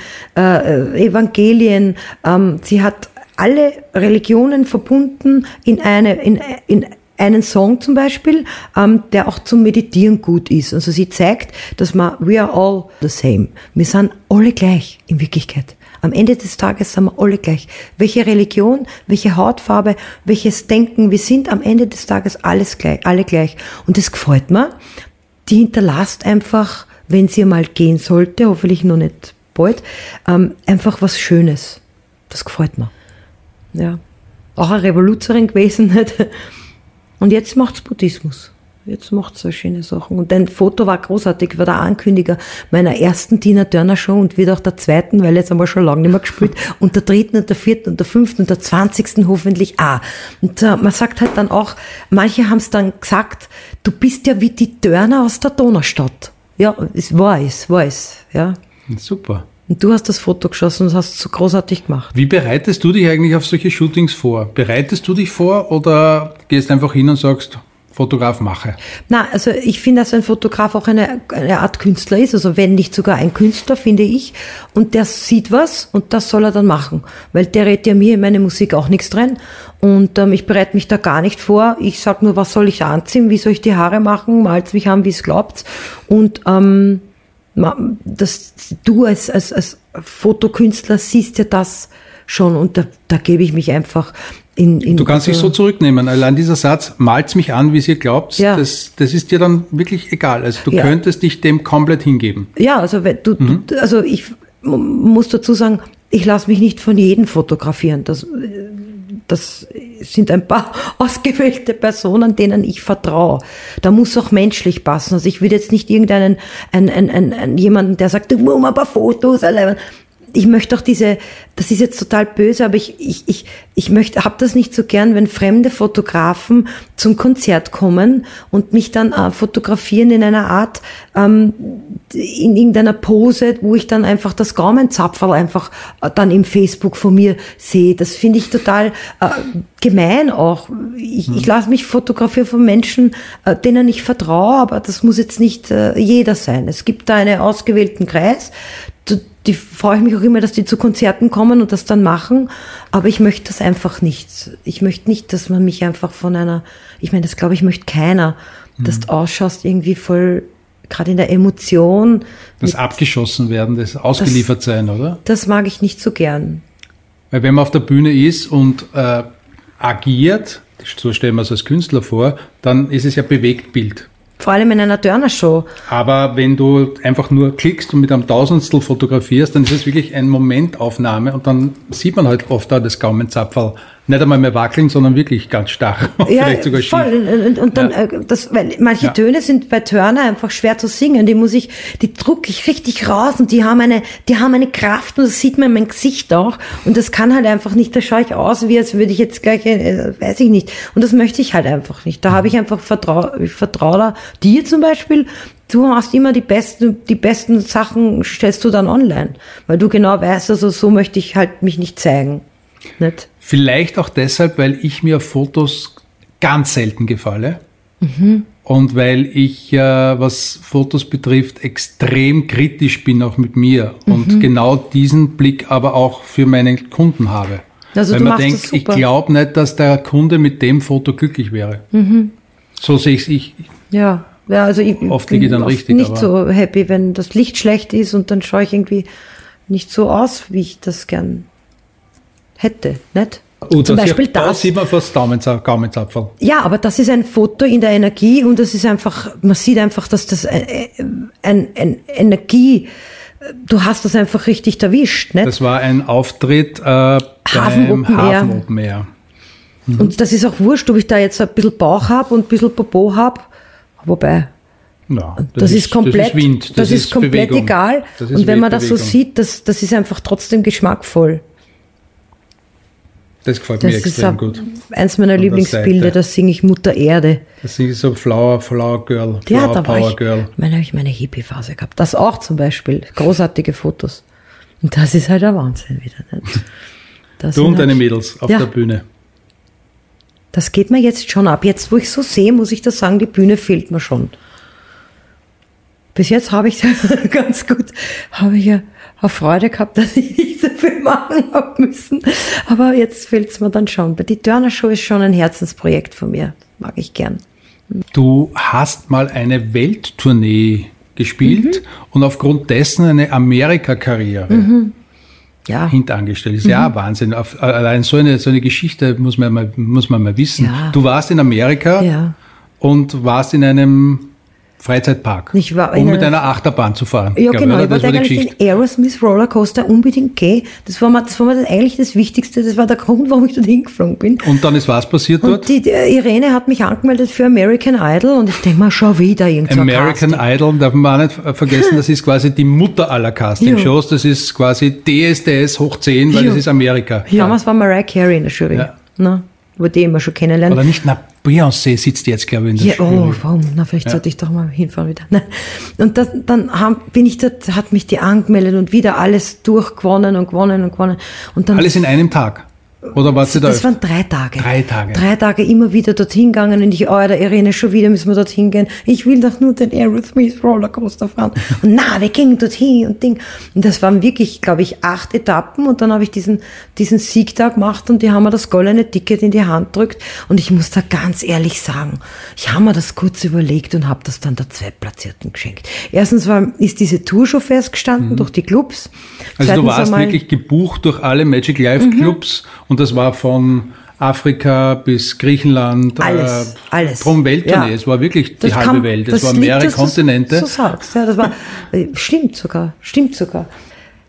äh, Evangelien. Ähm, sie hat alle Religionen verbunden in eine, in, in einen Song zum Beispiel, ähm, der auch zum Meditieren gut ist. Also sie zeigt, dass man, we are all the same. Wir sind alle gleich in Wirklichkeit. Am Ende des Tages sind wir alle gleich. Welche Religion, welche Hautfarbe, welches Denken, wir sind am Ende des Tages alles gleich, alle gleich. Und das gefällt mir. Die hinterlasst einfach, wenn sie mal gehen sollte, hoffentlich noch nicht bald, ähm, einfach was Schönes. Das gefällt mir. Ja. Auch eine Revoluzerin gewesen. Nicht? Und jetzt macht's Buddhismus. Jetzt macht so schöne Sachen. Und dein Foto war großartig, war der Ankündiger meiner ersten Tina Turner Show und wird auch der zweiten, weil jetzt haben wir schon lange nicht mehr gespielt, und der dritten und der vierten und der fünften und der zwanzigsten hoffentlich auch. Und äh, man sagt halt dann auch, manche haben es dann gesagt, du bist ja wie die Turner aus der Donaustadt. Ja, es war es, war es, ja. Super. Und du hast das Foto geschossen und hast es so großartig gemacht. Wie bereitest du dich eigentlich auf solche Shootings vor? Bereitest du dich vor oder gehst einfach hin und sagst, Fotograf mache? Na, also ich finde, dass ein Fotograf auch eine, eine Art Künstler ist, also wenn nicht sogar ein Künstler, finde ich, und der sieht was und das soll er dann machen, weil der redet ja mir in meine Musik auch nichts drin und ähm, ich bereite mich da gar nicht vor, ich sag nur, was soll ich anziehen, wie soll ich die Haare machen, malt's mich an, wie es glaubt und ähm, das, du als, als, als Fotokünstler siehst ja das schon und da, da gebe ich mich einfach in, in Du kannst dich so zurücknehmen. Allein dieser Satz, malt's mich an, wie ihr glaubt, ja. das, das ist dir dann wirklich egal. Also du ja. könntest dich dem komplett hingeben. Ja, also wenn du, mhm. du also ich muss dazu sagen, ich lasse mich nicht von jedem fotografieren. Das, das sind ein paar ausgewählte Personen, denen ich vertraue. Da muss auch menschlich passen. Also ich will jetzt nicht irgendeinen, einen, einen, einen, jemanden, der sagt, du musst mal ein paar Fotos erleben. ich möchte auch diese, das ist jetzt total böse, aber ich, ich, ich, ich möchte, habe das nicht so gern, wenn fremde Fotografen zum Konzert kommen und mich dann äh, fotografieren in einer Art, ähm, in irgendeiner Pose, wo ich dann einfach das Gaumenzapferl einfach äh, dann im Facebook von mir sehe. Das finde ich total äh, gemein auch. Ich, hm. ich lasse mich fotografieren von Menschen, äh, denen ich vertraue, aber das muss jetzt nicht äh, jeder sein. Es gibt da einen ausgewählten Kreis. Die, die freue ich mich auch immer, dass die zu Konzerten kommen und das dann machen, aber ich möchte das einfach nicht. Ich möchte nicht, dass man mich einfach von einer, ich meine, das glaube ich, möchte keiner, mhm. dass du ausschaust irgendwie voll, gerade in der Emotion. Das mit, abgeschossen werden, das ausgeliefert das, sein, oder? Das mag ich nicht so gern. Weil wenn man auf der Bühne ist und äh, agiert, so stellen wir es als Künstler vor, dann ist es ja Bewegtbild. Vor allem in einer Turnershow. Aber wenn du einfach nur klickst und mit einem Tausendstel fotografierst, dann ist es wirklich eine Momentaufnahme und dann sieht man halt oft da das Gaumenzapferl nicht einmal mehr wackeln, sondern wirklich ganz starr. Ja, vielleicht sogar schief. Voll. Und, und dann, ja. das, weil manche ja. Töne sind bei Turner einfach schwer zu singen. Die muss ich, die drucke ich richtig raus und die haben eine, die haben eine Kraft und das sieht man in meinem Gesicht auch. Und das kann halt einfach nicht, da schaue ich aus, wie als würde ich jetzt gleich, äh, weiß ich nicht. Und das möchte ich halt einfach nicht. Da habe ich einfach Vertrau, ich vertraue da dir zum Beispiel. Du hast immer die besten, die besten Sachen stellst du dann online. Weil du genau weißt, also so möchte ich halt mich nicht zeigen. Nicht? Vielleicht auch deshalb, weil ich mir auf Fotos ganz selten gefalle mhm. und weil ich, äh, was Fotos betrifft, extrem kritisch bin auch mit mir mhm. und genau diesen Blick aber auch für meinen Kunden habe. Also weil du man machst denkt, das super. Ich glaube nicht, dass der Kunde mit dem Foto glücklich wäre. Mhm. So sehe ich es. Ja. Ja, also ich oft liege ich dann bin richtig, nicht aber so happy, wenn das Licht schlecht ist und dann schaue ich irgendwie nicht so aus, wie ich das gern hätte, nicht? Oh, Zum das Beispiel hier, da das. sieht man fast Gaumenzapferl. Ja, aber das ist ein Foto in der Energie und das ist einfach, man sieht einfach, dass das ein, ein, ein Energie, du hast das einfach richtig erwischt, nicht? Das war ein Auftritt äh, Hafen beim Open Air. Hafen Open Air. Mhm. Und das ist auch wurscht, ob ich da jetzt ein bisschen Bauch habe und ein bisschen Popo habe. Wobei, ja, das, das ist, ist komplett, das ist, Wind, das das ist, ist komplett Bewegung. egal. Das ist und wenn man das so Bewegung. sieht, das, das ist einfach trotzdem geschmackvoll. Das gefällt das mir extrem gut. Eins meiner Von Lieblingsbilder, da singe ich Mutter Erde. Das ist so Flower, Flower Girl, Flower ja, da Power war ich, Girl. Da habe ich meine Hippie-Phase gehabt. Das auch zum Beispiel. Großartige Fotos. Und das ist halt der Wahnsinn wieder. Nicht? Das Du und halt, deine Mädels auf ja, der Bühne. Das geht mir jetzt schon ab. Jetzt, wo ich so sehe, muss ich das sagen, die Bühne fehlt mir schon. Bis jetzt habe ich ganz gut, habe ich ja auch Freude gehabt, dass ich nicht so viel machen habe müssen. Aber jetzt fehlt es mir dann schon. Die Turner Show ist schon ein Herzensprojekt von mir. Mag ich gern. Du hast mal eine Welttournee gespielt mhm. und aufgrund dessen eine Amerika-Karriere mhm. ja. hintangestellt. Ist mhm. ja Wahnsinn. Auf, allein so eine, so eine Geschichte muss man mal, muss man mal wissen. Ja. Du warst in Amerika ja. und warst in einem Freizeitpark, ich war um mit einer Achterbahn zu fahren. Ja, glaube, genau. oder? Ich Das wollte war die eigentlich Geschichte. den Aerosmith Rollercoaster unbedingt gehen. Das war mir, das war mir das eigentlich das Wichtigste. Das war der Grund, warum ich dort hingeflogen bin. Und dann ist was passiert und dort? Die, die Irene hat mich angemeldet für American Idol und ich denke mal, schon wieder irgendein American Casting. Idol, darf man auch nicht vergessen, das ist quasi die Mutter aller Casting-Shows. Das ist quasi D S D S hoch zehn, weil Ja. das ist Amerika. Ja. Damals war Mariah Carey in der Jury. Ja. Na, wo die immer schon kennenlernen. Oder nicht, na, Beyoncé sitzt jetzt, glaube ich, in der Ja, Jury. oh, warum? Na, vielleicht Ja. sollte ich doch mal hinfahren wieder. Nein. Und das, dann haben, bin ich dort, hat mich die angemeldet und wieder alles durchgewonnen und gewonnen und gewonnen. Und dann, Alles in einem Tag? Oder war sie da? das waren drei Tage. Drei Tage. Drei Tage immer wieder dorthin gegangen und ich, oh, der Irene, schon wieder müssen wir dorthin gehen. Ich will doch nur den Aerosmith Rollercoaster fahren. Und na, wir gingen dorthin und Ding. Und das waren wirklich, glaube ich, acht Etappen und dann habe ich diesen, diesen Siegtag gemacht und die haben mir das goldene Ticket in die Hand gedrückt. Und ich muss da ganz ehrlich sagen, ich habe mir das kurz überlegt und habe das dann der Zweitplatzierten geschenkt. Erstens war, ist diese Tour schon festgestanden mhm. durch die Clubs. Also Zweitens du warst einmal, wirklich gebucht durch alle Magic Life Clubs mhm. und das war von Afrika bis Griechenland. Alles, äh, alles. Drum Welttournee. Ja. Es war wirklich die Das halbe kam- Welt. Es das waren liegt, mehrere dass du Kontinente. So sagst, ja, das war, äh, stimmt sogar, stimmt sogar.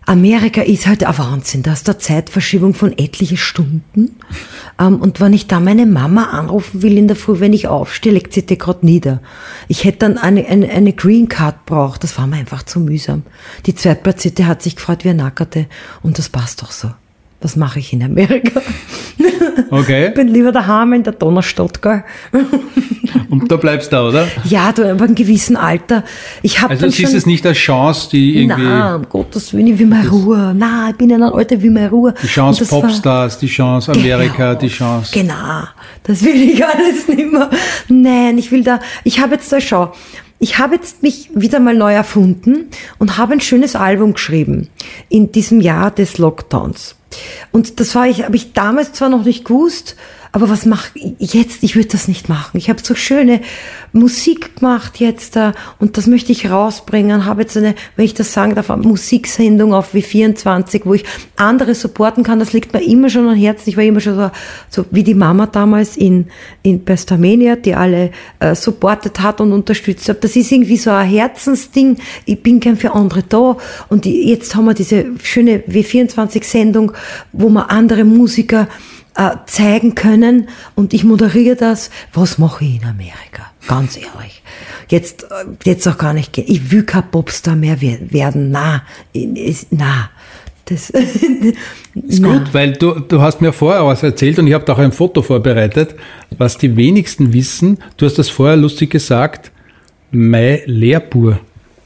Amerika ist halt ein Wahnsinn. Da ist eine Zeitverschiebung von etliche Stunden. Ähm, und wenn ich da meine Mama anrufen will in der Früh, wenn ich aufstehe, legt sie die gerade nieder. Ich hätte dann eine, eine, eine Green Card braucht. Das war mir einfach zu mühsam. Die Zweitplatzierte hat sich gefreut wie eine Nackerte. Und das passt doch so. Das mache ich in Amerika. Okay. Ich bin lieber daheim in der Donnerstadt, gell? Und da bleibst du, oder? Ja, du, aber in gewissem Alter. Ich hab also dann siehst schon, es nicht als Chance, die irgendwie... Nein, um Gottes Willen, ich will mal Ruhe. Nein, ich bin in einem Alter, ich will mal Ruhe. Die Chance Und das war- Popstars, die Chance Amerika, Genau, die Chance... Genau, das will ich alles nicht mehr. Nein, ich will da, ich habe jetzt da, schau, ich habe jetzt mich wieder mal neu erfunden und habe ein schönes Album geschrieben in diesem Jahr des Lockdowns. Und das war ich, habe ich damals zwar noch nicht gewusst, aber was mache ich jetzt? Ich würde das nicht machen. Ich habe so schöne Musik gemacht jetzt da und das möchte ich rausbringen. Habe jetzt eine, wenn ich das sagen darf, eine Musiksendung auf W vierundzwanzig, wo ich andere supporten kann. Das liegt mir immer schon am Herzen. Ich war immer schon so, so wie die Mama damals in in Bestamenia, die alle äh, supportet hat und unterstützt hat. Das ist irgendwie so ein Herzensding. Ich bin gern für andere da und die, jetzt haben wir diese schöne W vierundzwanzig-Sendung, wo wir andere Musiker zeigen können und ich moderiere das. Was mache ich in Amerika? Ganz ehrlich. Jetzt, jetzt auch gar nicht gehen. Ich will kein Popstar mehr werden. Na, na. Das ist gut, weil du, du hast mir vorher was erzählt und ich habe da auch ein Foto vorbereitet, was die wenigsten wissen. Du hast das vorher lustig gesagt, mein Lehrbuhr.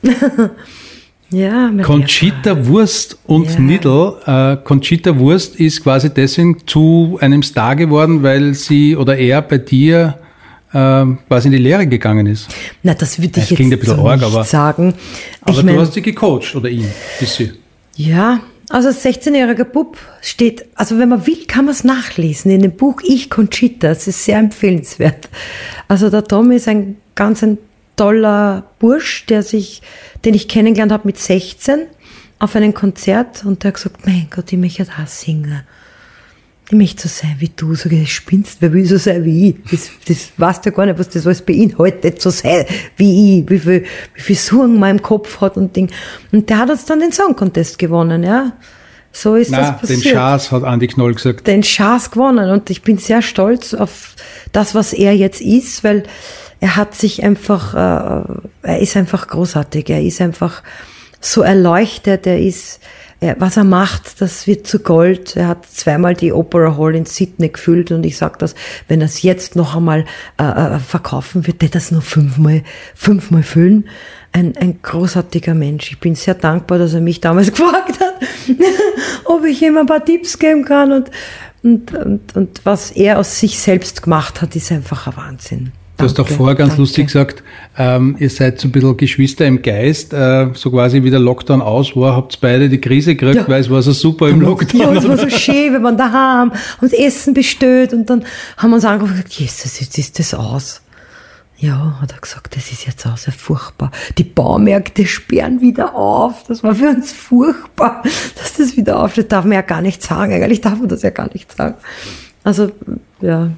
Ja, Conchita Wurst und ja. Nidl. Äh, Conchita Wurst ist quasi deswegen zu einem Star geworden, weil sie oder er bei dir äh, quasi in die Lehre gegangen ist. Na, das würde ich das jetzt so arg, nicht aber, sagen. Aber ich du mein, hast sie gecoacht oder ihn, bis sie. Ja, also als sechzehnjähriger Bub steht, also wenn man will, kann man es nachlesen in dem Buch Ich Conchita. Es ist sehr empfehlenswert. Also der Tom ist ein ganz ein toller Bursch, der sich, den ich kennengelernt habe mit sechzehn auf einem Konzert und der hat gesagt, mein Gott, ich möchte da singen. Ich möchte so sein wie du. Sag ich, das spinnst, wer will so sein wie ich? Das, das weißt du gar nicht, was das alles beinhaltet, so sein wie ich, wie viel, wie viel Sorgen man im Kopf hat und Ding. Und der hat uns dann den Song Contest gewonnen, ja. So ist Nein, das passiert. den Schaas hat Andi Knoll gesagt. Den Schaas gewonnen und ich bin sehr stolz auf das, was er jetzt ist, weil er hat sich einfach, äh, er ist einfach großartig, er ist einfach so erleuchtet, er ist, er, was er macht, das wird zu Gold. Er hat zweimal die Opera Hall in Sydney gefüllt und ich sag das, wenn er es jetzt noch einmal äh, verkaufen wird, wird das nur fünfmal, fünfmal füllen. Ein, ein großartiger Mensch. Ich bin sehr dankbar, dass er mich damals gefragt hat, ob ich ihm ein paar Tipps geben kann und, und, und, und was er aus sich selbst gemacht hat, ist einfach ein Wahnsinn. Du hast doch vorher ganz danke. lustig gesagt, ähm, ihr seid so ein bisschen Geschwister im Geist, äh, so quasi wie der Lockdown aus war, habt beide die Krise gekriegt, ja. Weil es war so super im Lockdown. Ja, es war so schön, wenn man daheim uns Essen bestellt und dann haben wir uns angerufen und gesagt, Jesus, jetzt ist das aus. Ja, hat er gesagt, das ist jetzt auch sehr furchtbar. Die Baumärkte sperren wieder auf. Das war für uns furchtbar, dass das wieder aufsteht. Darf man ja gar nicht sagen. Eigentlich darf man das ja gar nicht sagen. Also, ja.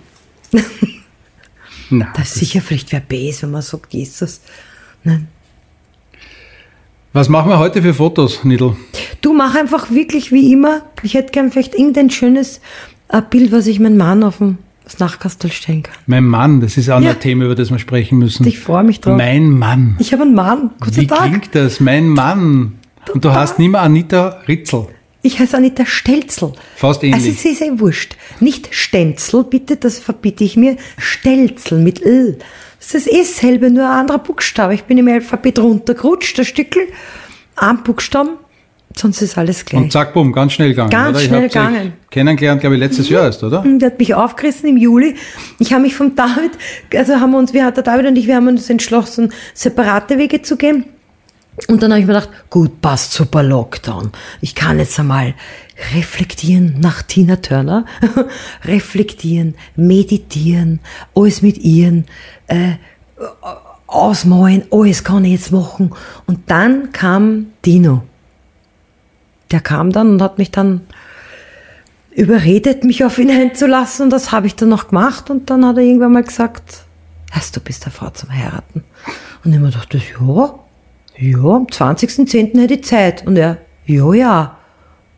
Na, das ist sicher vielleicht wer Base, wenn man sagt, Jesus. Nein. Was machen wir heute für Fotos, Nidl? Du, mach einfach wirklich wie immer. Ich hätte gern vielleicht irgendein schönes äh, Bild, was ich meinem Mann auf dem das Nachkastel stellen kann. Mein Mann, das ist auch ja. ein Thema, über das wir sprechen müssen. Ich freue mich drauf. Mein Mann. Ich habe einen Mann. Guten Wie Tag. klingt das? Mein Mann. Und du heißt nicht mehr Anita Ritzel. Ich heiße Anita Stelzel. Fast ähnlich. Also es ist ja wurscht. Nicht Stenzel, bitte, das verbiete ich mir. Stelzel mit L. Das ist eh dasselbe, nur ein anderer Buchstabe. Ich bin im Alphabet runtergerutscht, der Stückel. Ein Buchstaben, sonst ist alles gleich. Und zack, bumm, ganz schnell gegangen. Ganz oder? schnell gegangen. Kennengelernt, glaube ich, letztes Jahr erst, oder? Der hat mich aufgerissen im Juli. Ich habe mich vom David, also haben wir uns, wir, der David und ich, wir haben uns entschlossen, separate Wege zu gehen. Und dann habe ich mir gedacht, gut, passt super Lockdown. Ich kann jetzt einmal reflektieren nach Tina Turner, reflektieren, meditieren, alles mit ihren, äh, ausmalen, alles kann ich jetzt machen. Und dann kam Dino. Der kam dann und hat mich dann überredet, mich auf ihn einzulassen. Und das habe ich dann noch gemacht. Und dann hat er irgendwann mal gesagt, heißt, du bist eine Frau zum Heiraten. Und ich mir dachte, ja, ja, am zwanzigsten zehnten hätte ich Zeit. Und er, ja, ja.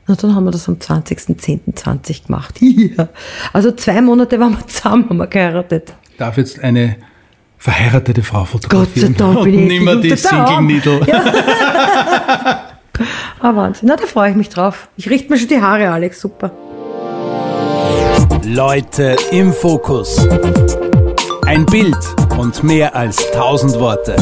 Na, dann haben wir das am zwanzigsten zehnten zwanzig gemacht. Ja. Also zwei Monate waren wir zusammen, haben wir geheiratet. Darf jetzt eine verheiratete Frau fotografieren? Gott sei Dank bin ich nicht mehr die Single-Needle. Ja. Ah, Wahnsinn. Na, da freue ich mich drauf. Ich richte mir schon die Haare, Alex. Super. Leute im Fokus. Ein Bild und mehr als tausend Worte.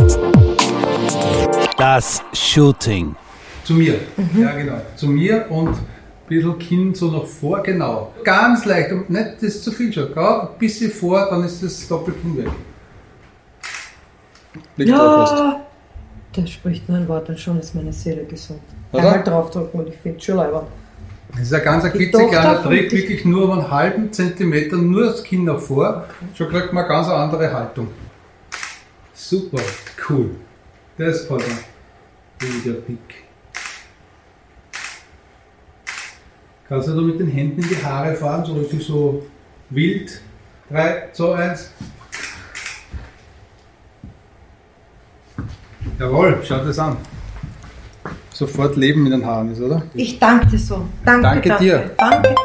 Das Shooting. Zu mir, mhm. ja genau, zu mir und ein bisschen Kinn so nach vor, genau. Ganz leicht, und nicht, das ist zu viel schon, gerade ein bisschen vor, dann ist das Doppelkinn weg. Liegt ja, da spricht nur ein Wort und schon ist meine Seele gesund. Oder? Einmal draufdrücken und ich finde es schon leibend. Das ist ein ganz klitzekleiner Trick, wirklich nur um einen halben Zentimeter, nur das Kinn nach vor, okay. Schon kriegt man eine ganz andere Haltung. Super, cool. Das gefällt mir. Wieder Pick. Kannst du da mit den Händen in die Haare fahren, so richtig so wild? drei, zwei, eins. Jawohl, schau das an. Sofort Leben in den Haaren ist, oder? Ich danke dir so. Danke, danke, danke dir. Danke,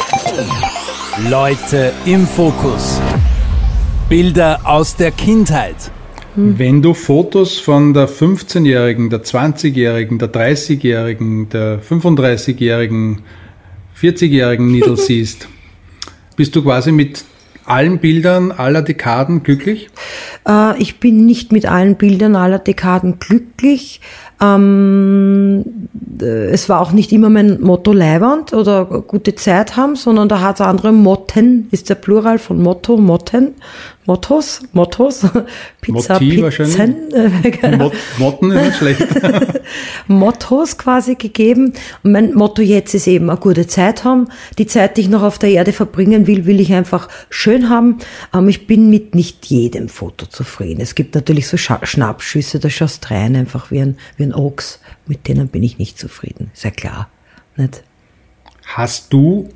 danke. Leute im Fokus. Bilder aus der Kindheit. Wenn du Fotos von der fünfzehnjährigen, der zwanzigjährigen, der dreißigjährigen, der fünfunddreißigjährigen, vierzigjährigen Needle siehst, bist du quasi mit allen Bildern aller Dekaden glücklich? Äh, ich bin nicht mit allen Bildern aller Dekaden glücklich. Ähm, es war auch nicht immer mein Motto leibernd oder gute Zeit haben, sondern da hat es andere Motten, ist der Plural von Motto, Motten, Mottos, Mottos, Pizza, Motti Pizzen, äh, Mot- Motten ist nicht schlecht. Mottos quasi gegeben. Und mein Motto jetzt ist eben eine gute Zeit haben. Die Zeit, die ich noch auf der Erde verbringen will, will ich einfach schön haben. Ähm, ich bin mit nicht jedem Foto zufrieden. Es gibt natürlich so Scha- Schnappschüsse, da schaust du rein, einfach wie ein, wie ein Ochs. Mit denen bin ich nicht zufrieden. Ist ja klar. Nicht? Hast du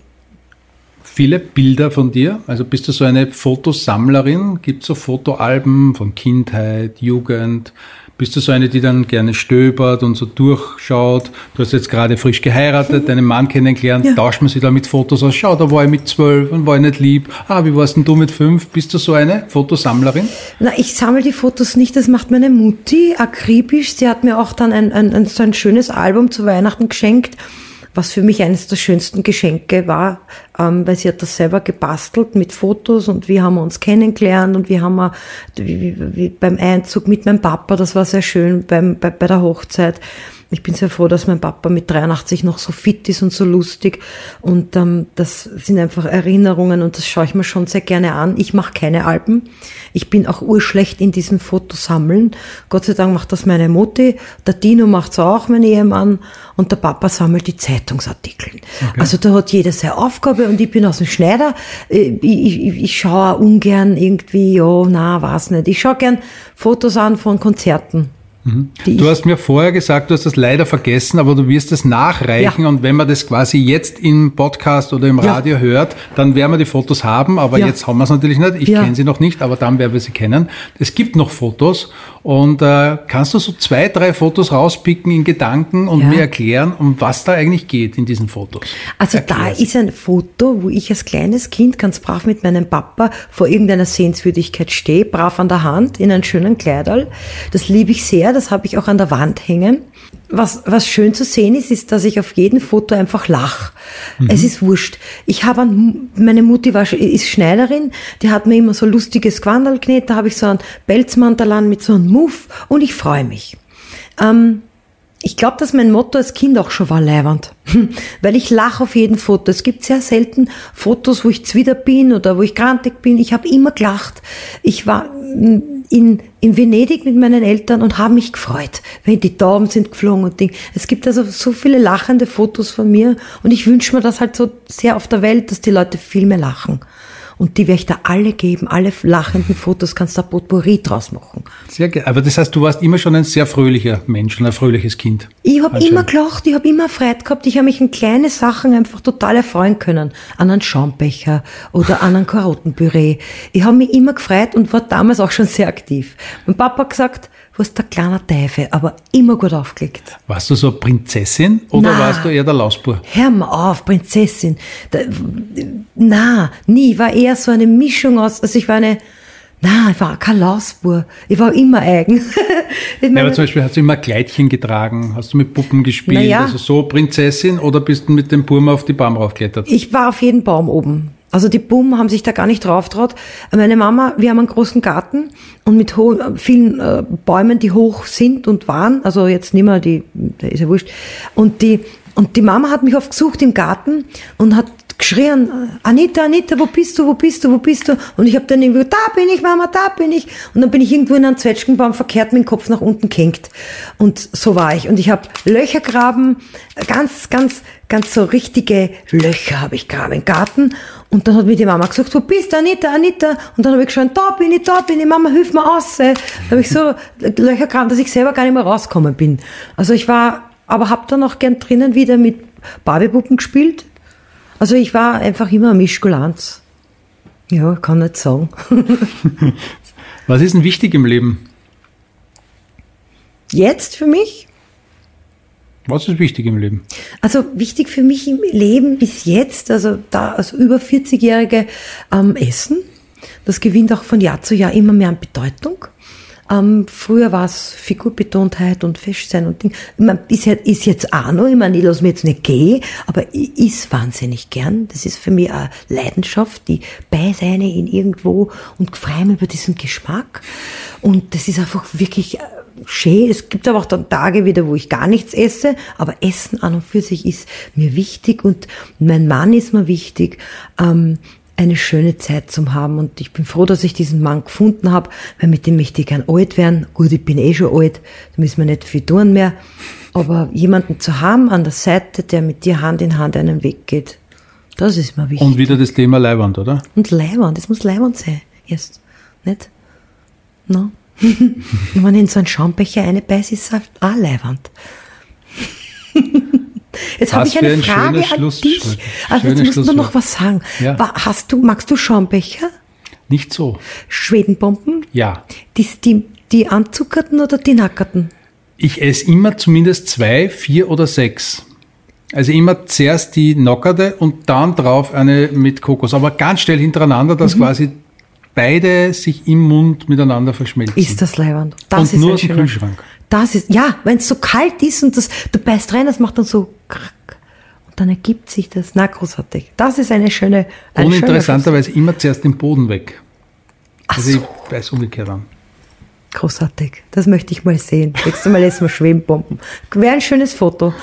viele Bilder von dir? Also bist du so eine Fotosammlerin? Gibt es so Fotoalben von Kindheit, Jugend? Bist du so eine, die dann gerne stöbert und so durchschaut? Du hast jetzt gerade frisch geheiratet, deinen Mann kennengelernt, ja. Tauscht man sich da mit Fotos aus? Schau, da war ich mit zwölf und war ich nicht lieb. Ah, wie warst denn du mit fünf? Bist du so eine Fotosammlerin? Na, ich sammle die Fotos nicht, das macht meine Mutti akribisch. Sie hat mir auch dann ein, ein, ein, so ein schönes Album zu Weihnachten geschenkt, was für mich eines der schönsten Geschenke war, ähm, weil sie hat das selber gebastelt mit Fotos und wie haben wir uns kennengelernt und wie haben wir wie, wie beim Einzug mit meinem Papa, das war sehr schön beim, bei, bei der Hochzeit. Ich bin sehr froh, dass mein Papa mit dreiundachtzig noch so fit ist und so lustig und ähm, das sind einfach Erinnerungen und das schaue ich mir schon sehr gerne an. Ich mache keine Alben. Ich bin auch urschlecht in diesem Fotosammeln. Gott sei Dank macht das meine Mutti, der Dino macht's auch, mein Ehemann, und der Papa sammelt die Zeitungsartikel. Okay. Also da hat jeder seine Aufgabe und ich bin aus dem Schneider. Ich, ich, ich schaue ungern irgendwie, ja, na, weiß nicht. Ich schaue gern Fotos an von Konzerten. Mhm. Du hast mir vorher gesagt, du hast das leider vergessen, aber du wirst es nachreichen, ja. Und wenn man das quasi jetzt im Podcast oder im Radio ja. hört, dann werden wir die Fotos haben, aber ja. jetzt haben wir es natürlich nicht. Ich ja. kenne sie noch nicht, aber dann werden wir sie kennen. Es gibt noch Fotos und äh, kannst du so zwei, drei Fotos rauspicken in Gedanken und ja. mir erklären, um was da eigentlich geht in diesen Fotos? Also Erklär's. Da ist ein Foto, wo ich als kleines Kind ganz brav mit meinem Papa vor irgendeiner Sehenswürdigkeit stehe, brav an der Hand in einem schönen Kleiderl. Das liebe ich sehr. Das habe ich auch an der Wand hängen. Was, was schön zu sehen ist, ist, dass ich auf jedem Foto einfach lache. Mhm. Es ist wurscht. Ich habe an, meine Mutti war, ist Schneiderin, die hat mir immer so lustiges Gewandel genäht, da habe ich so einen Pelzmantel an mit so einem Muff und ich freue mich. Ähm, Ich glaube, dass mein Motto als Kind auch schon war leibernd, weil ich lache auf jedem Foto. Es gibt sehr selten Fotos, wo ich zwider bin oder wo ich grantig bin. Ich habe immer gelacht. Ich war in, in Venedig mit meinen Eltern und habe mich gefreut, wenn die Tauben sind geflogen und Ding. Es gibt also so viele lachende Fotos von mir und ich wünsche mir das halt so sehr auf der Welt, dass die Leute viel mehr lachen. Und die werde ich da alle geben, alle lachenden Fotos, kannst du da Potpourri draus machen. Sehr geil. Aber das heißt, du warst immer schon ein sehr fröhlicher Mensch und ein fröhliches Kind. Ich habe immer gelacht, ich habe immer Freude gehabt, ich habe mich in kleine Sachen einfach total erfreuen können. An einen Schaumbecher oder an ein Karottenpüree. Ich habe mich immer gefreut und war damals auch schon sehr aktiv. Mein Papa hat gesagt, warst der kleine Teufel, aber immer gut aufgelegt. Warst du so eine Prinzessin oder Na, warst du eher der Lausbur? Hör mal auf, Prinzessin. Da, na, nie. Ich war eher so eine Mischung aus, also ich war eine, na, ich war kein Lausbur. Ich war immer eigen. Ich meine, Ja, aber zum Beispiel hast du immer Kleidchen getragen, hast du mit Puppen gespielt, Na ja. also so Prinzessin oder bist du mit dem Burm auf die Baum raufgeklettert? ich war auf jeden Baum oben. Also die Buben haben sich da gar nicht drauf traut. Meine Mama, wir haben einen großen Garten und mit ho- vielen äh, Bäumen, die hoch sind und waren, also jetzt nicht mehr, die, da ist ja wurscht. Und die, und die Mama hat mich oft gesucht im Garten und hat geschrien, Anita, Anita, wo bist du, wo bist du, wo bist du? Und ich habe dann irgendwie, da bin ich, Mama, da bin ich. Und dann bin ich irgendwo in einem Zwetschgenbaum verkehrt mit dem Kopf nach unten gehängt. Und so war ich. Und ich habe Löcher graben, ganz, ganz, ganz so richtige Löcher habe ich graben im Garten. Und dann hat mir die Mama gesagt, wo bist du, Anita, Anita? Und dann habe ich geschrien, da bin ich, da bin ich, Mama, hilf mir raus. Dann habe ich so Löcher graben, dass ich selber gar nicht mehr rausgekommen bin. Also ich war, aber habe dann auch gern drinnen wieder mit Barbiepuppen gespielt. Also ich war einfach immer eine Mischkulanz. Ja, kann nicht sagen. Was ist denn wichtig im Leben? Jetzt für mich? Was ist wichtig im Leben? Also wichtig für mich im Leben bis jetzt, also da als über vierzigjährige ähm, Essen. Das gewinnt auch von Jahr zu Jahr immer mehr an Bedeutung. Ähm, früher war es Figurbetontheit und Festsein und Ding. Ich mein, ist, ja- ist jetzt auch noch, ich meine, ich lasse mich jetzt nicht gehen, aber ich is wahnsinnig gern. Das ist für mich eine Leidenschaft, die Beiseine in irgendwo und freue mich über diesen Geschmack. Und das ist einfach wirklich äh, schön. Es gibt aber auch dann Tage wieder, wo ich gar nichts esse, aber Essen an und für sich ist mir wichtig und mein Mann ist mir wichtig. Ähm, eine schöne Zeit zu haben und ich bin froh, dass ich diesen Mann gefunden habe, weil mit dem möchte ich gern alt werden. Gut, ich bin eh schon alt, da müssen wir nicht viel tun mehr, aber jemanden zu haben an der Seite, der mit dir Hand in Hand einen Weg geht, das ist mir wichtig. Und wieder das Thema Leiwand, oder? Und Leihwand, das muss Leihwand sein, erst, nicht? No? Wenn man in so einen Schaumbecher einbeißt, ist es auch Leihwand. Jetzt habe Was ich eine für ein Frage schönes an Schluss- dich. schönes Also jetzt musst du Schlusswort. noch was sagen. Ja. Wa- Hast du, magst du Schaumbecher? Nicht so. Schwedenbomben? Ja. Die, die, die anzuckerten oder die nackerten? Ich esse immer zumindest zwei, vier oder sechs. Also immer zuerst die knockerte und dann drauf eine mit Kokos. Aber ganz schnell hintereinander, dass quasi beide sich im Mund miteinander verschmelzen. Ist das Leihwand? Das Und ist nur ein aus dem schöner- Kühlschrank. Das ist, ja, wenn es so kalt ist und das, du beißt rein, das macht dann so krack. Und dann ergibt sich das. Na, großartig. Das ist eine schöne, ein Und schöner interessanterweise immer zuerst den Boden weg. Ach Also so, ich beiß umgekehrt an. großartig. Das möchte ich mal sehen. Nächstes Mal essen wir Schwedenbomben. Wäre ein schönes Foto.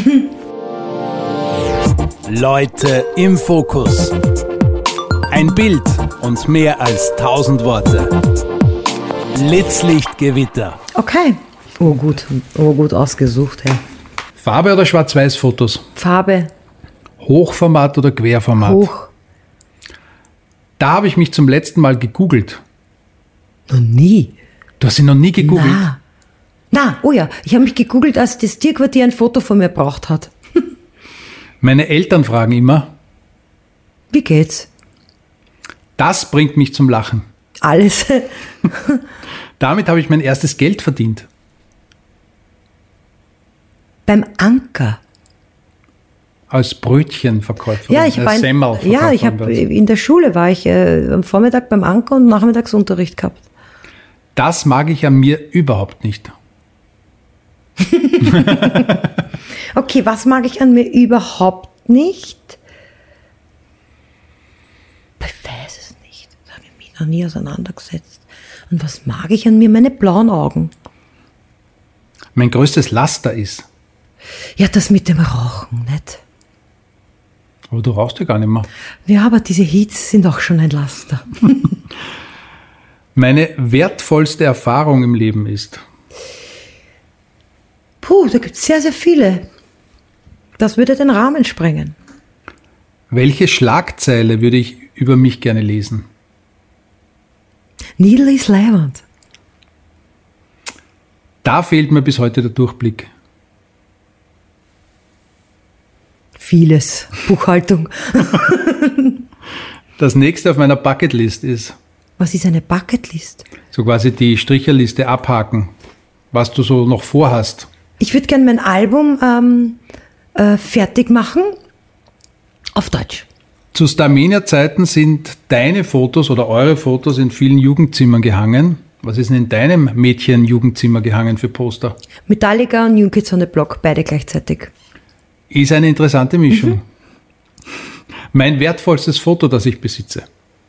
Leute im Fokus. Ein Bild und mehr als tausend Worte. Blitzlichtgewitter. Okay. Oh gut, oh gut ausgesucht, ja. Farbe oder Schwarz-Weiß-Fotos? Farbe Hochformat oder Querformat? hoch. Da habe ich mich zum letzten Mal gegoogelt. Noch nie. Du hast ihn noch nie gegoogelt? Na. Na, oh ja, ich habe mich gegoogelt, als das Tierquartier ein Foto von mir braucht hat. Meine Eltern fragen immer, Wie geht's? das bringt mich zum Lachen. Alles. Damit habe ich mein erstes Geld verdient. Beim Anker. Als Brötchenverkäuferin, Ja, ich war als in, Semmelverkäuferin. ja, ich habe in der Schule war ich äh, am Vormittag beim Anker und Nachmittagsunterricht gehabt. Das mag ich an mir überhaupt nicht. Okay, was mag ich an mir überhaupt nicht? Ich weiß es nicht. Das habe ich mich noch nie auseinandergesetzt. Und was mag ich an mir? Meine blauen Augen. Mein größtes Laster ist, Ja, das mit dem Rauchen, nicht? aber du rauchst ja gar nicht mehr. Ja, aber diese Hits sind auch schon ein Laster. Meine wertvollste Erfahrung im Leben ist, Puh, da gibt es sehr, sehr viele. Das würde den Rahmen sprengen. welche Schlagzeile würde ich über mich gerne lesen? Needle ist Leihwand. Da fehlt mir bis heute der Durchblick. Vieles. Buchhaltung. Das nächste auf meiner Bucketlist ist Was ist eine Bucketlist? so quasi die Stricherliste abhaken. was du so noch vorhast? Ich würde gerne mein Album ähm, äh, fertig machen auf Deutsch. Zu Starmania-Zeiten sind deine Fotos oder eure Fotos in vielen Jugendzimmern gehangen. Was ist denn in deinem Mädchen-Jugendzimmer gehangen für Poster? Metallica und New Kids on the Block, beide gleichzeitig. Ist eine interessante Mischung. Mhm. Mein wertvollstes Foto, das ich besitze.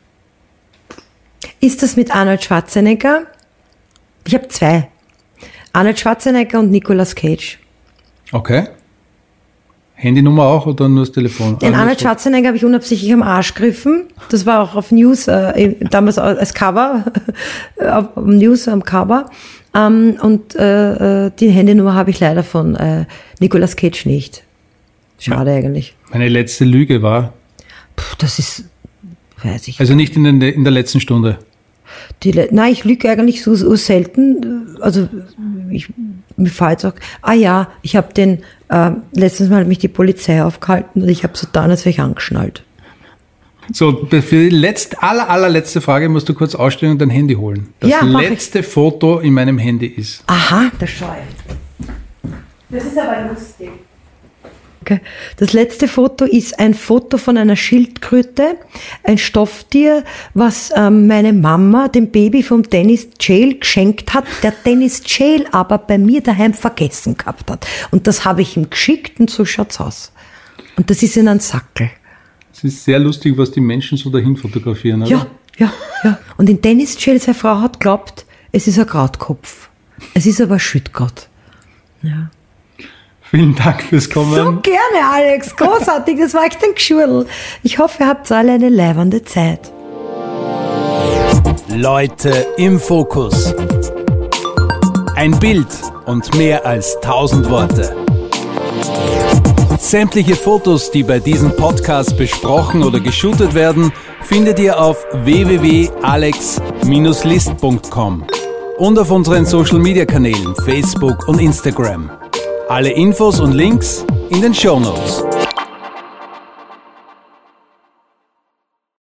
Ist das mit Arnold Schwarzenegger? Ich habe zwei. Arnold Schwarzenegger und Nicolas Cage. Okay. Handynummer auch oder nur das Telefon? Den Arnold Schwarzenegger habe ich unabsichtlich am Arsch gegriffen. Das war auch auf News, äh, damals als Cover, auf News am Cover. Ähm, und äh, die Handynummer habe ich leider von äh, Nicolas Cage nicht. Schade ja. eigentlich. Meine letzte Lüge war? Puh, das ist, weiß ich Also nicht in, den, in der letzten Stunde? Die, nein, ich lüge eigentlich so, so selten. Also ich, mir fällt es auch, ah ja, ich habe den, äh, letztens Mal hat mich die Polizei aufgehalten und ich habe so getan, als wäre ich angeschnallt. So, für die letzte, aller, allerletzte Frage musst du kurz ausstellen und dein Handy holen. Das ja, letzte ich. Foto in meinem Handy ist. Aha, das schau ich. Das ist aber lustig. Okay. Das letzte Foto ist ein Foto von einer Schildkröte, ein Stofftier, was ähm, meine Mama dem Baby vom Dennis Jail geschenkt hat, der Dennis Jail aber bei mir daheim vergessen gehabt hat. Und das habe ich ihm geschickt und so schaut's aus. Und das ist in einem Sackel. Es ist sehr lustig, was die Menschen so dahin fotografieren, oder? Ja, ja, ja. Und in Dennis Jail, seine Frau hat geglaubt, es ist ein Krautkopf. Es ist aber ein Schüttgott. Ja. Vielen Dank fürs Kommen. So gerne, Alex. Großartig, das war echt ein Geschwurl. Ich hoffe, ihr habt alle eine leibende Zeit. Leute im Fokus. Ein Bild und mehr als tausend Worte. Sämtliche Fotos, die bei diesem Podcast besprochen oder geshootet werden, findet ihr auf w w w punkt alex Bindestrich list punkt com und auf unseren Social-Media-Kanälen Facebook und Instagram. Alle Infos und Links in den Shownotes.